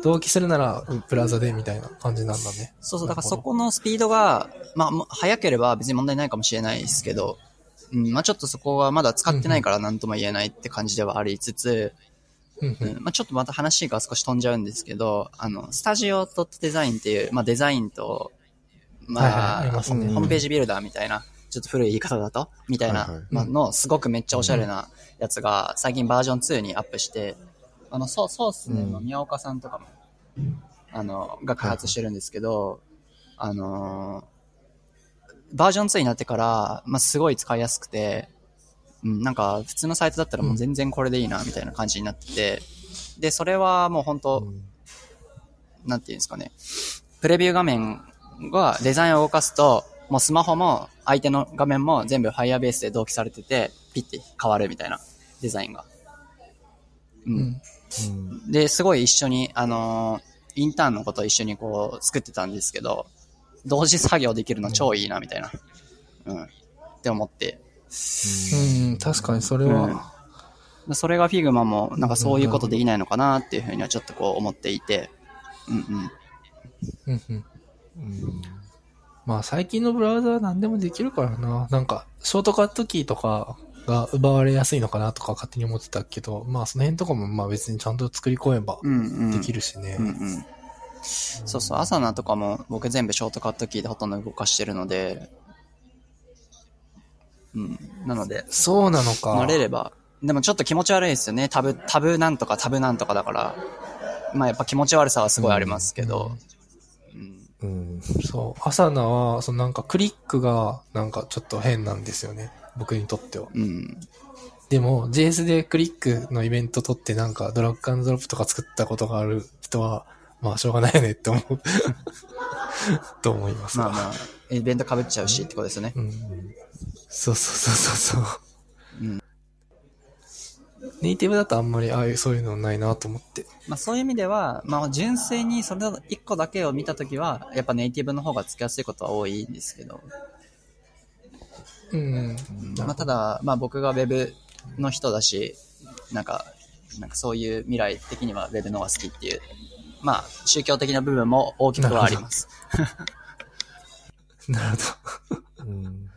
同期するならブラウザでみたいな感じなんだね。 そうそう、だからそこのスピードが、まあ、早ければ別に問題ないかもしれないですけど、うん、まあちょっとそこはまだ使ってないから何とも言えないって感じではありつつ、うんうん、まあちょっとまた話が少し飛んじゃうんですけど、あの、スタジオドットデザインっていう、まあデザインと、まあ、はいはい、ありますね、ホームページビルダーみたいな、ちょっと古い言い方だとみたいな、はいはい、まあの、すごくめっちゃおしゃれなやつが、最近バージョンツーにアップして、あの、そう、そうっすね、うん、宮岡さんとかも、あの、が開発してるんですけど、はい、あの、バージョンツーになってから、まあ、すごい使いやすくて、うん、なんか、普通のサイトだったらもう全然これでいいな、みたいな感じになってて、で、それはもう本当、うん、なんていうんですかね、プレビュー画面がデザインを動かすと、もうスマホも相手の画面も全部 Firebase で同期されてて、ピッて変わるみたいなデザインが。うん。うん、で、すごい一緒に、あのー、インターンのことを一緒にこう作ってたんですけど、同時作業できるの超いいなみたいな。うん。って思って。 うん、確かにそれは。 うん、それが Figma もなんかそういうことできないのかなっていうふうにはちょっとこう思っていて。うんうん。 うんうん。うんまあ最近のブラウザは何でもできるからな。なんか、ショートカットキーとかが奪われやすいのかなとか勝手に思ってたけど、まあその辺とかもまあ別にちゃんと作り込めばできるしね。うんうんうんうん、 そうそう、アサナとかも僕全部ショートカットキーでほとんど動かしてるので、うん。なので、 そうなのか。 慣れれば。でもちょっと気持ち悪いですよね。タブ、タブなんとかタブなんとかだから。まあやっぱ気持ち悪さはすごいありますけど。 うんうんうん、そう。アサナは、そのなんかクリックがなんかちょっと変なんですよね。僕にとっては。うん、でも、ジェイエス でクリックのイベント取ってなんかドラッグアンドドロップとか作ったことがある人は、まあしょうがないよねって思う。と思いますが。 まあまあ、イベント被っちゃうしってことですよね。うん、 そうそうそうそうそう。うんネイティブだとあんまりああいうそういうのないなと思って。 まあそういう意味では、まあ純粋にそれの一個だけを見たときは、やっぱネイティブの方がつきやすいことは多いんですけど。うん。まあただ、まあ僕がウェブの人だし、なんか、なんかそういう未来的にはウェブの方が好きっていう、まあ宗教的な部分も大きくはあります。 なるほど。うん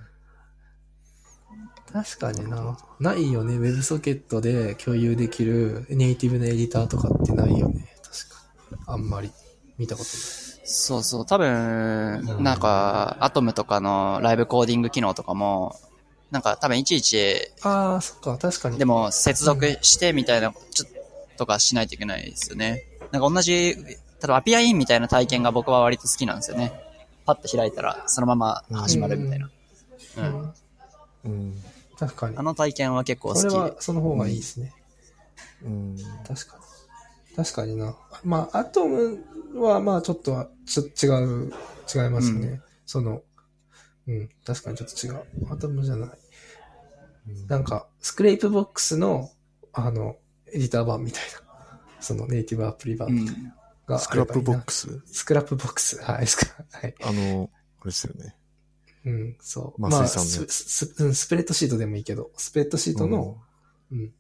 確かにな。ないよね。WebSocket で共有できるネイティブのエディターとかってないよね。確かに。あんまり見たことない。 そうそう。多分、なんか、アトムとかのライブコーディング機能とかも、なんか多分いちいち、 ああ、そっか。確かに。 でも接続してみたいな、ちょっとかしないといけないですよね。なんか同じ、例えば エーピーアイ インみたいな体験が僕は割と好きなんですよね。パッと開いたらそのまま始まるみたいな。うん。うん。 うん確かに。 あの体験は結構好き。 それはその方がいいですね。うん。確かに。確かにな。まあ、アトムはまあちょっとはちょっと違う、違いますね。うん、その、うん、確かにちょっと違う。アトムじゃない。うん、なんか、スクレープボックスの、あの、エディター版みたいな。そのネイティブアプリ版みたいな。 うん、スクラップボックススクラップボックス。はい、スクはい。 あの、あれですよね。 うん、そう。まあ、ス, ス, スプレッドシートでもいいけど、スプレッドシートの、うん、うん、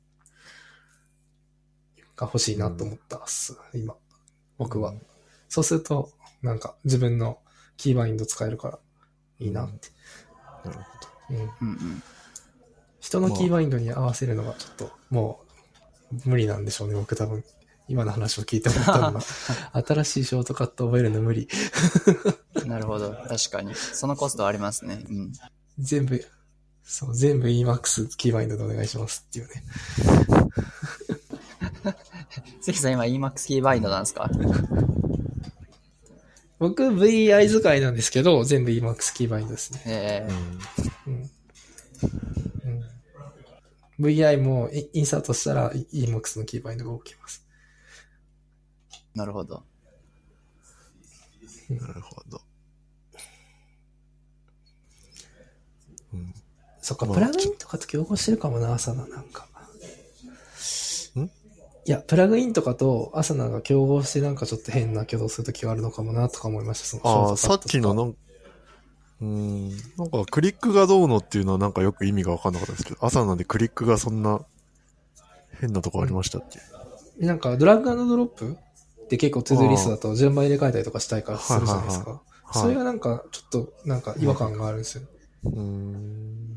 が欲しいなと思ったっす、うん、今。僕は、うん。そうすると、なんか自分のキーバインド使えるからいいなって。 うん、なるほど。うん。うんうん、 人のキーバインドに合わせるのがちょっともう無理なんでしょうね、僕多分。今の話を聞いて思ったのが、新しいショートカット覚えるの無理。 なるほど。確かに。そのコストありますね。うん。 全部、そう、全部 イーマックス キーバインドでお願いしますっていうね。 関さん今 イーマックス キーバインドなんですか？ 僕 ブイアイ 使いなんですけど、全部 イーマックス キーバインドですね。 へー。うん。うんうん、ブイアイ もインサートしたら イーマックス のキーバインドが動きます。 なるほど。 なるほど。 うん、そっか、プラグインとかと競合してるかもな、アサナなんか。んいや、プラグインとかとアサナが競合してなんかちょっと変な挙動するときがあるのかもなとか思いました。そのああ、さっきのなんうん、なんかクリックがどうのっていうのはなんかよく意味がわかんなかったですけど、アサナでクリックがそんな変なとこありましたっけ？ うん、なんかドラッグ&ドロップって結構トゥードゥーリストだと順番入れ替えたりとかしたいからするじゃないですか。はいはいはい、それがなんかちょっとなんか違和感があるんですよ。うーん、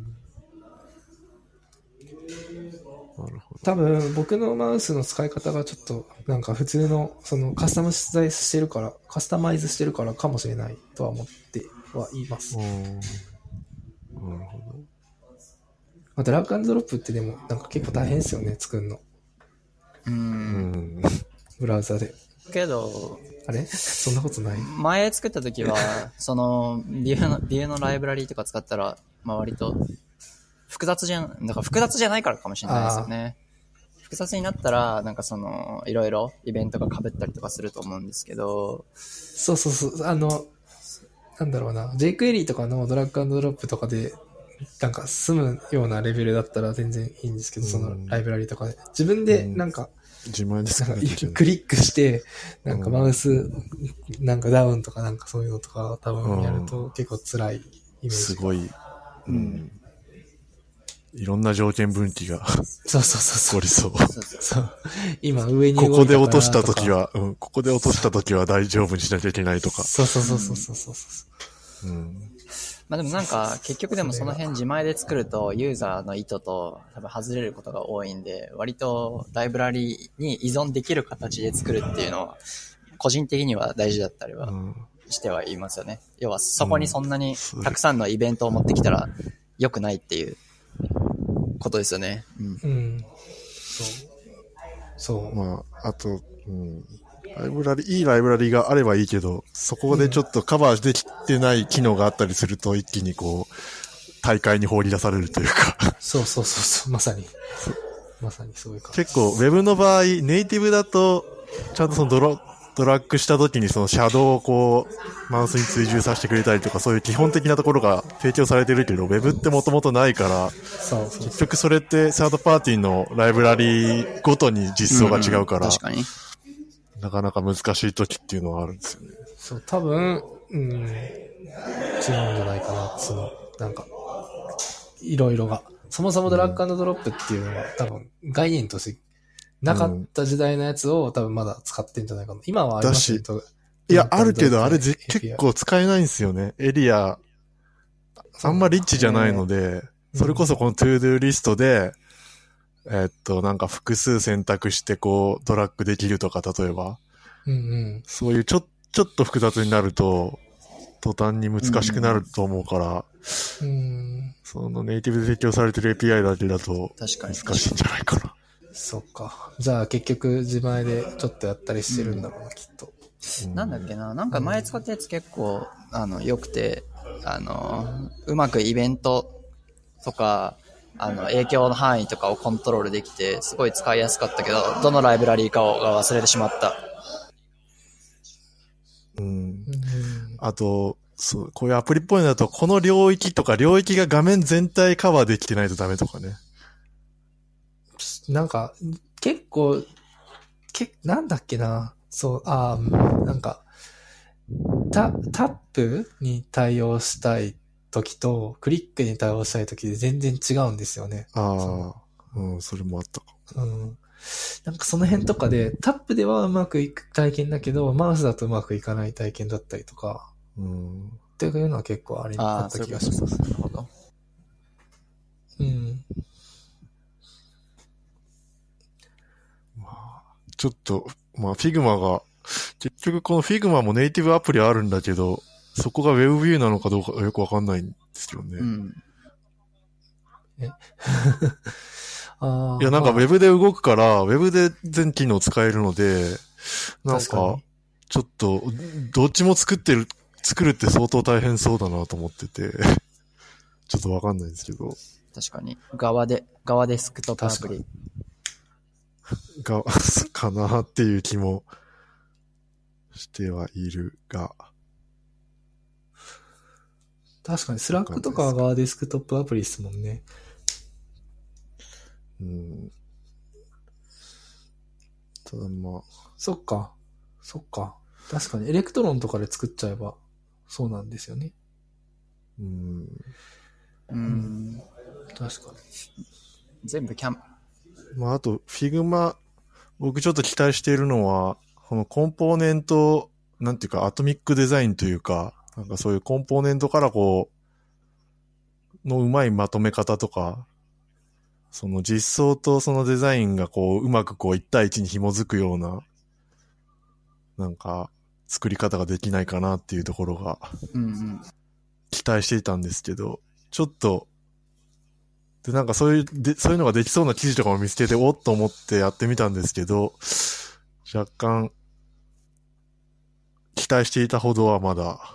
なるほど。多分僕のマウスの使い方がちょっとなんか普通のそのカスタムしてるからカスタマイズしてるからかもしれないとは思ってはいます。なるほど。まあ、ドラッグアンドドロップってでもなんか結構大変ですよね、作るの。うーん。ブラウザで。 けど、 あれそんなことない？ 前作った時は、その、ビューの、ビューのライブラリーとか使ったら、まあ割と、複雑じゃん、だから複雑じゃないからかもしれないですよね。複雑になったら、なんかその、いろいろイベントが被ったりとかすると思うんですけど。 そうそうそう、あの、なんだろうな、jQuery とかのドラッグアンドドロップとかで、なんか済むようなレベルだったら全然いいんですけど、そのライブラリとかで。自分でなんか、 自前で作るクリックして、なんかマウス、なんかダウンとかなんかそういうのとか多分やると結構辛いイメージ。 すごい。うん。いろんな条件分岐が。 そうそうそう。 起こりそう。 そう。今上にここで落としたときは、うん、ここで落としたときは大丈夫にしなきゃいけないとか。 そうそうそうそうそうそう。 うん。まあでもなんか結局でもその辺自前で作るとユーザーの意図と多分外れることが多いんで、割とライブラリに依存できる形で作るっていうのは個人的には大事だったりはしてはいますよね。要はそこにそんなにたくさんのイベントを持ってきたら良くないっていうことですよね。うん。うん、 そう。そう。 まあ、あと、うん。ライブラリ、いいライブラリがあればいいけど、そこでちょっとカバーできてない機能があったりすると、一気にこう、大会に放り出されるというか。 そうそうそうそう、まさに。まさにそういう感じ。 結構、ウェブの場合、ネイティブだと、ちゃんとそのドロ、ドラッグした時にそのシャドウをこう、マウスに追従させてくれたりとか、そういう基本的なところが提供されてるけど、ウェブってもともとないから、 そうそうそう、 結局それってサードパーティーのライブラリごとに実装が違うから、 うん、確かに。 なかなか難しい時っていうのはあるんですよね。 そう、多分、うん、違うんじゃないかな、その、なんか、いろいろが。そもそもドラッグアンドドロップっていうのは、多分、概念としてなかった時代のやつを多分まだ使ってんじゃないかな。今はありますけど。 いや、あるけど、あれ結構使えないんですよね。エリア、あんまリッチじゃないので、それこそこのトゥードゥーリストで、えっと、なんか複数選択してこうドラッグできるとか、例えば。 うんうん。 そういうちょ、ちょっと複雑になると、途端に難しくなると思うから、 うん、 そのネイティブで提供されてる エーピーアイ だけだと、難しいんじゃないかな。 そっか。じゃあ結局自前でちょっとやったりしてるんだろうな、うん、きっと。 なんだっけな、なんか前使ったやつ結構、あの、良くて、あの、うまくイベントとか、あの、影響の範囲とかをコントロールできて、すごい使いやすかったけど、どのライブラリーかを忘れてしまった。 うん。あと、そう、こういうアプリっぽいのだと、この領域とか、領域が画面全体カバーできてないとダメとかね。 なんか、結構、け、なんだっけな。そう、ああ、なんか、タ、タップに対応したい時と、クリックに対応したい時で全然違うんですよね。 ああ、うん、それもあったか。 うん。なんかその辺とかで、タップではうまくいく体験だけど、マウスだとうまくいかない体験だったりとか、 うん。 っていうのは結構ありあった気がします。 なるほど。 うん。 まあ、ちょっと、まあ、Figma が、結局この Figma もネイティブアプリあるんだけど、そこが WebView なのかどうかよくわかんないんですよね。うん。 えあいや、なんか Web で動くから、Web で全機能使えるので、なんか、ちょっと、どっちも作ってる、作るって相当大変そうだなと思ってて、ちょっとわかんないんですけど。 確かに。側で、側デスクトップアプリ。 が、かなっていう気もしてはいるが。 確かに、スラックとかは側デスクトップアプリですもんね。 うん。ただまあ。 そっか。そっか。確かに、エレクトロンとかで作っちゃえば、そうなんですよね。 うん。 うん。 確かに。 全部キャン。 まあ、あと、Figma、僕ちょっと期待しているのは、 このコンポーネント、なんていうかアトミックデザインというか、なんかそういうコンポーネントからこう、のうまいまとめ方とか、その実装とそのデザインがこう、うまくこう一対一に紐づくような、なんか、作り方ができないかなっていうところが、期待していたんですけど、ちょっと、で、なんかそういう、で、そういうのができそうな記事とかも見つけて、おっと思ってやってみたんですけど、若干、期待していたほどはまだ、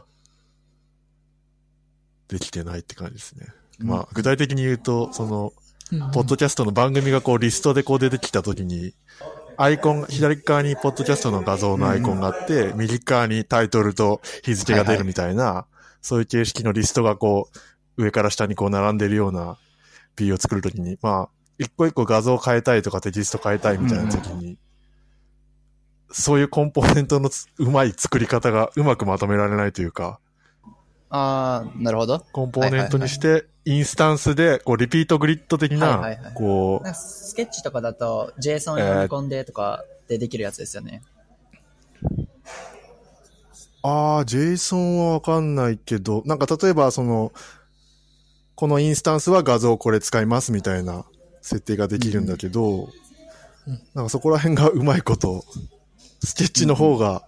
できてないって感じですね。うん、まあ、具体的に言うと、その、うんうん、ポッドキャストの番組がこうリストでこう出てきたときに、アイコン、左側にポッドキャストの画像のアイコンがあって、うん、右側にタイトルと日付が出るみたいな、はいはい、そういう形式のリストがこう、上から下にこう並んでるような P を作るときに、まあ、一個一個画像を変えたいとかテキスト変えたいみたいなときに、うん、そういうコンポーネントのうまい作り方がうまくまとめられないというか、 ああ、なるほど。 コンポーネントにして、はいはいはい、インスタンスで、こう、リピートグリッド的な、はいはいはい、こう。 なんかスケッチとかだと、JSON 読み込んでとかでできるやつですよね。 えー、ああ、JSON はわかんないけど、なんか例えば、その、このインスタンスは画像これ使いますみたいな設定ができるんだけど、うん、なんかそこら辺がうまいこと、スケッチの方が、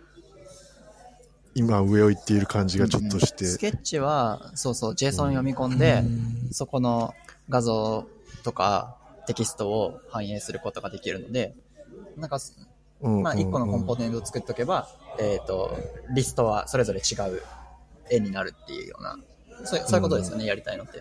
今上を行っている感じがちょっとして、うんうん、 スケッチはそうそう JSON 読み込んで、うん、そこの画像とかテキストを反映することができるので、なんか、うんうんうん、まあ一個のコンポーネントを作っとけば、えっとリストはそれぞれ違う絵になるっていうような、そういう、そういうことですよね、うん、やりたいのって。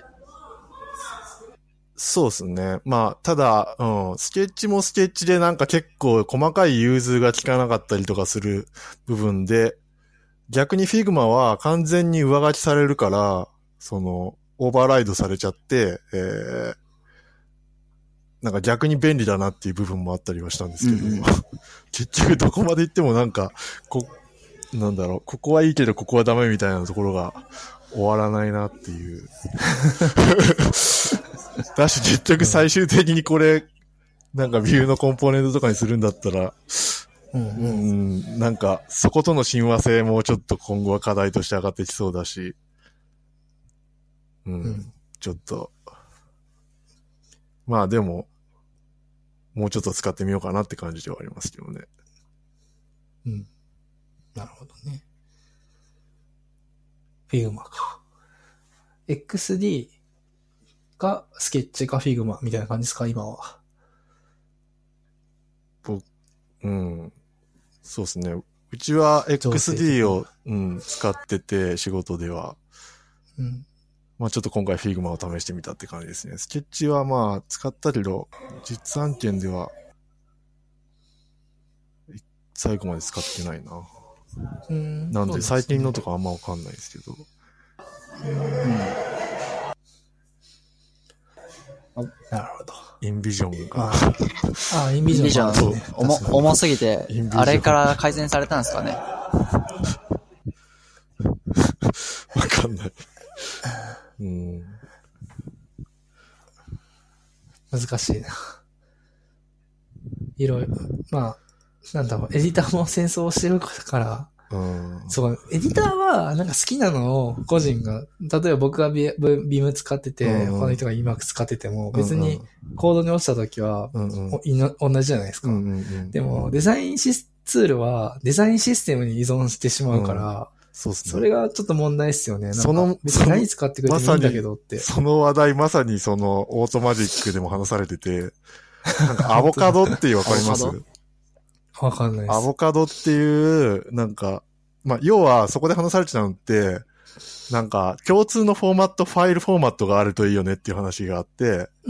そうですね。まあただ、うん、スケッチもスケッチでなんか結構細かい融通が効かなかったりとかする部分で。逆に Figma は完全に上書きされるから、その、オーバーライドされちゃって、えー、なんか逆に便利だなっていう部分もあったりはしたんですけど、うんうん、結局どこまで行ってもなんか、こ、なんだろう、ここはいいけどここはダメみたいなところが終わらないなっていう。だし結局最終的にこれ、なんかビューのコンポーネントとかにするんだったら、うんうん、なんか、そことの親和性もちょっと今後は課題として上がってきそうだし、うん、うん、ちょっと、まあでも、もうちょっと使ってみようかなって感じではありますけどね。 うん。なるほどね。Figma か。エックスディー がスケッチか Figma みたいな感じですか、今は。 僕、うん。そうですね。うちは エックスディー を、うん、使ってて、仕事では。うん。まあちょっと今回 Figma を試してみたって感じですね。スケッチはまあ使ったけど、実案件では、最後まで使ってないな。うん。なんで最近のとかあんまわかんないですけど。うん。 なるほど。 インビジョンが。 ああ、インビジョン、 ね。重、重すぎて、あれから改善されたんですかね。 わかんない。うん。 難しいな。いろいろ、まあ、なんだろう、エディターも戦争してるから、うん、そう、エディターは、なんか好きなのを個人が、例えば僕がビーム使ってて、うん、他の人が イーマックス 使ってても、別にコードに落ちた時は、うんうん、同じじゃないですか。うんうんうん、でも、デザインシスツールは、デザインシステムに依存してしまうから、うん、そうですね。それがちょっと問題ですよね。その、別に何使ってくれてもいいんだけどって。 その話題まさにその、オートマジックでも話されてて、なんかアボカドってわかりますわかんないです。 アボカドっていう、なんか、まあ、要はそこで話されてたのって、なんか、共通のフォーマット、ファイルフォーマットがあるといいよねっていう話があって、うん、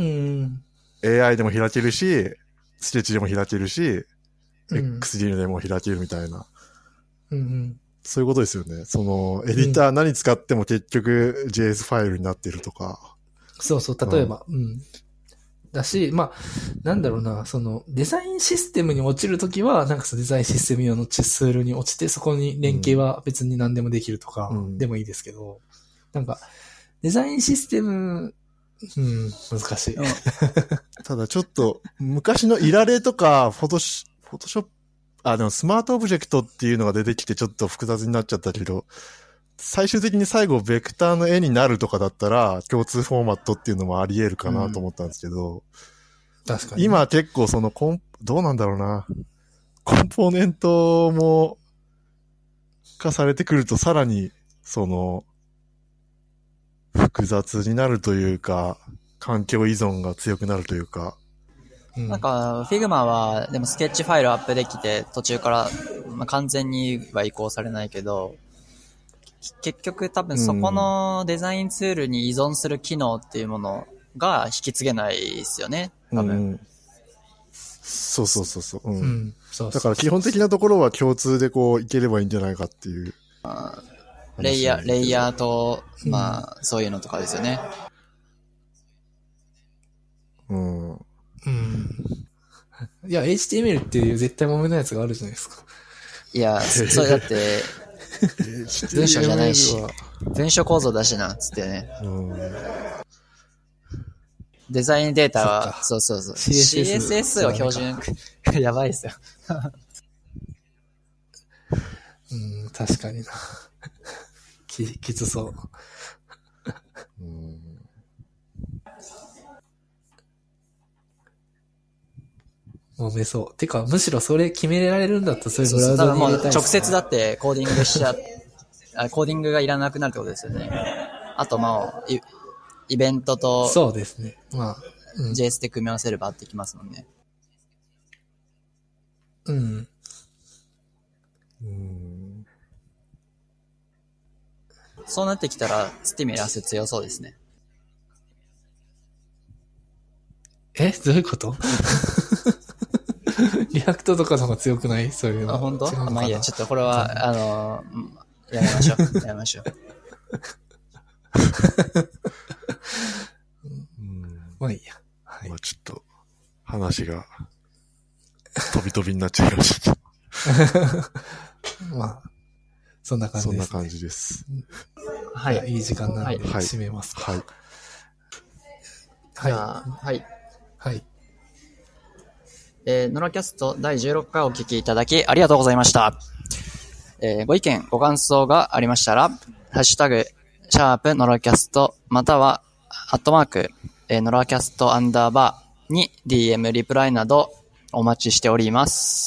エーアイ でも開けるし、スケッチでも開けるし、うん、エックスディー でも開けるみたいな。うんうん、そういうことですよね。その、エディター何使っても結局 ジェイエス ファイルになってるとか。 そうそう、例えば。うんうんだし、まあ、なんだろうな、その、デザインシステムに落ちるときは、なんかそのデザインシステム用のツールに落ちて、そこに連携は別に何でもできるとか、でもいいですけど、うん、なんか、デザインシステム、うん、難しい。 ただちょっと、昔のイラレとか、フォトシ、フォトショップ、 あ、でもスマートオブジェクトっていうのが出てきてちょっと複雑になっちゃったけど、最終的に最後ベクターの絵になるとかだったら共通フォーマットっていうのもあり得るかなと思ったんですけど、うん、 確かに。 今結構そのコン、どうなんだろうな。コンポーネントも化されてくるとさらにその複雑になるというか、環境依存が強くなるというか。 うん、なんか、Figma は、でもスケッチファイルアップできて、途中から、まあ、完全には移行されないけど、結局多分そこのデザインツールに依存する機能っていうものが引き継げないですよね、多分。うん、 そうそうそうそう。うん。うん、そうそうそう、だから基本的なところは共通でこういければいいんじゃないかっていう。 まあ、レイヤー、レイヤーと、まあ、そういうのとかですよね。 うん。 うん。いや、エイチティーエムエル っていう絶対揉めないやつがあるじゃないですか。 いや、それだって、文章じゃないし、文章構造だしな、つってね。うん、デザインデータは、そうそうそう。シーエスエス を標準、やばいっすよ。 うん、確かにな。き、きつそう。うん揉めそう。てか、むしろそれ決められるんだったら、そういうブラウザに入れたい、ね。 直接だってコーディングしちゃ、コーディングがいらなくなるってことですよね。あと、まあ、イ, イベントと、 そうですね。まあ、 うん、ジェイエス で組み合わせればってきますもんね。 うん。 うん。 そうなってきたら、スティミュラス強そうですね。 え？どういうことリアクトとかの方が強くない？そういうの。 あ、本当？あ、まあいいや、ちょっとこれは、あのー、やめましょう。やめましょう。 うん、まあいいや。はい。 まあちょっと、話が、飛び飛びになっちゃいました。 まあ、そんな感じです、 ね。そんな感じです。 はい。いい時間なので、はい、締めますか。 はい。 はい。 はい。 はい。 えー、ノラキャストだいじゅうろっかいお聞きいただきありがとうございました。えー、ご意見、ご感想がありましたら、ハッシュタグ、シャープノラキャスト、または、アットマーク、えー、ノラキャストアンダーバーに ディーエム リプライなどお待ちしております。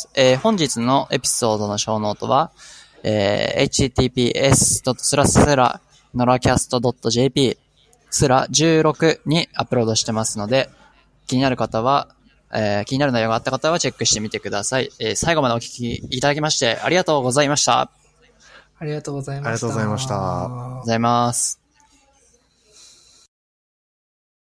えー、本日のエピソードの小ノートは、えー、エイチティーピーエス スラスラノラキャスト .jp スラじゅうろくにアップロードしてますので、気になる方は、えー、気になる内容があった方はチェックしてみてください。えー、最後までお聞きいただきましてありがとうございました。 ありがとうございました。 ありがとうございました。 ありがとうございます。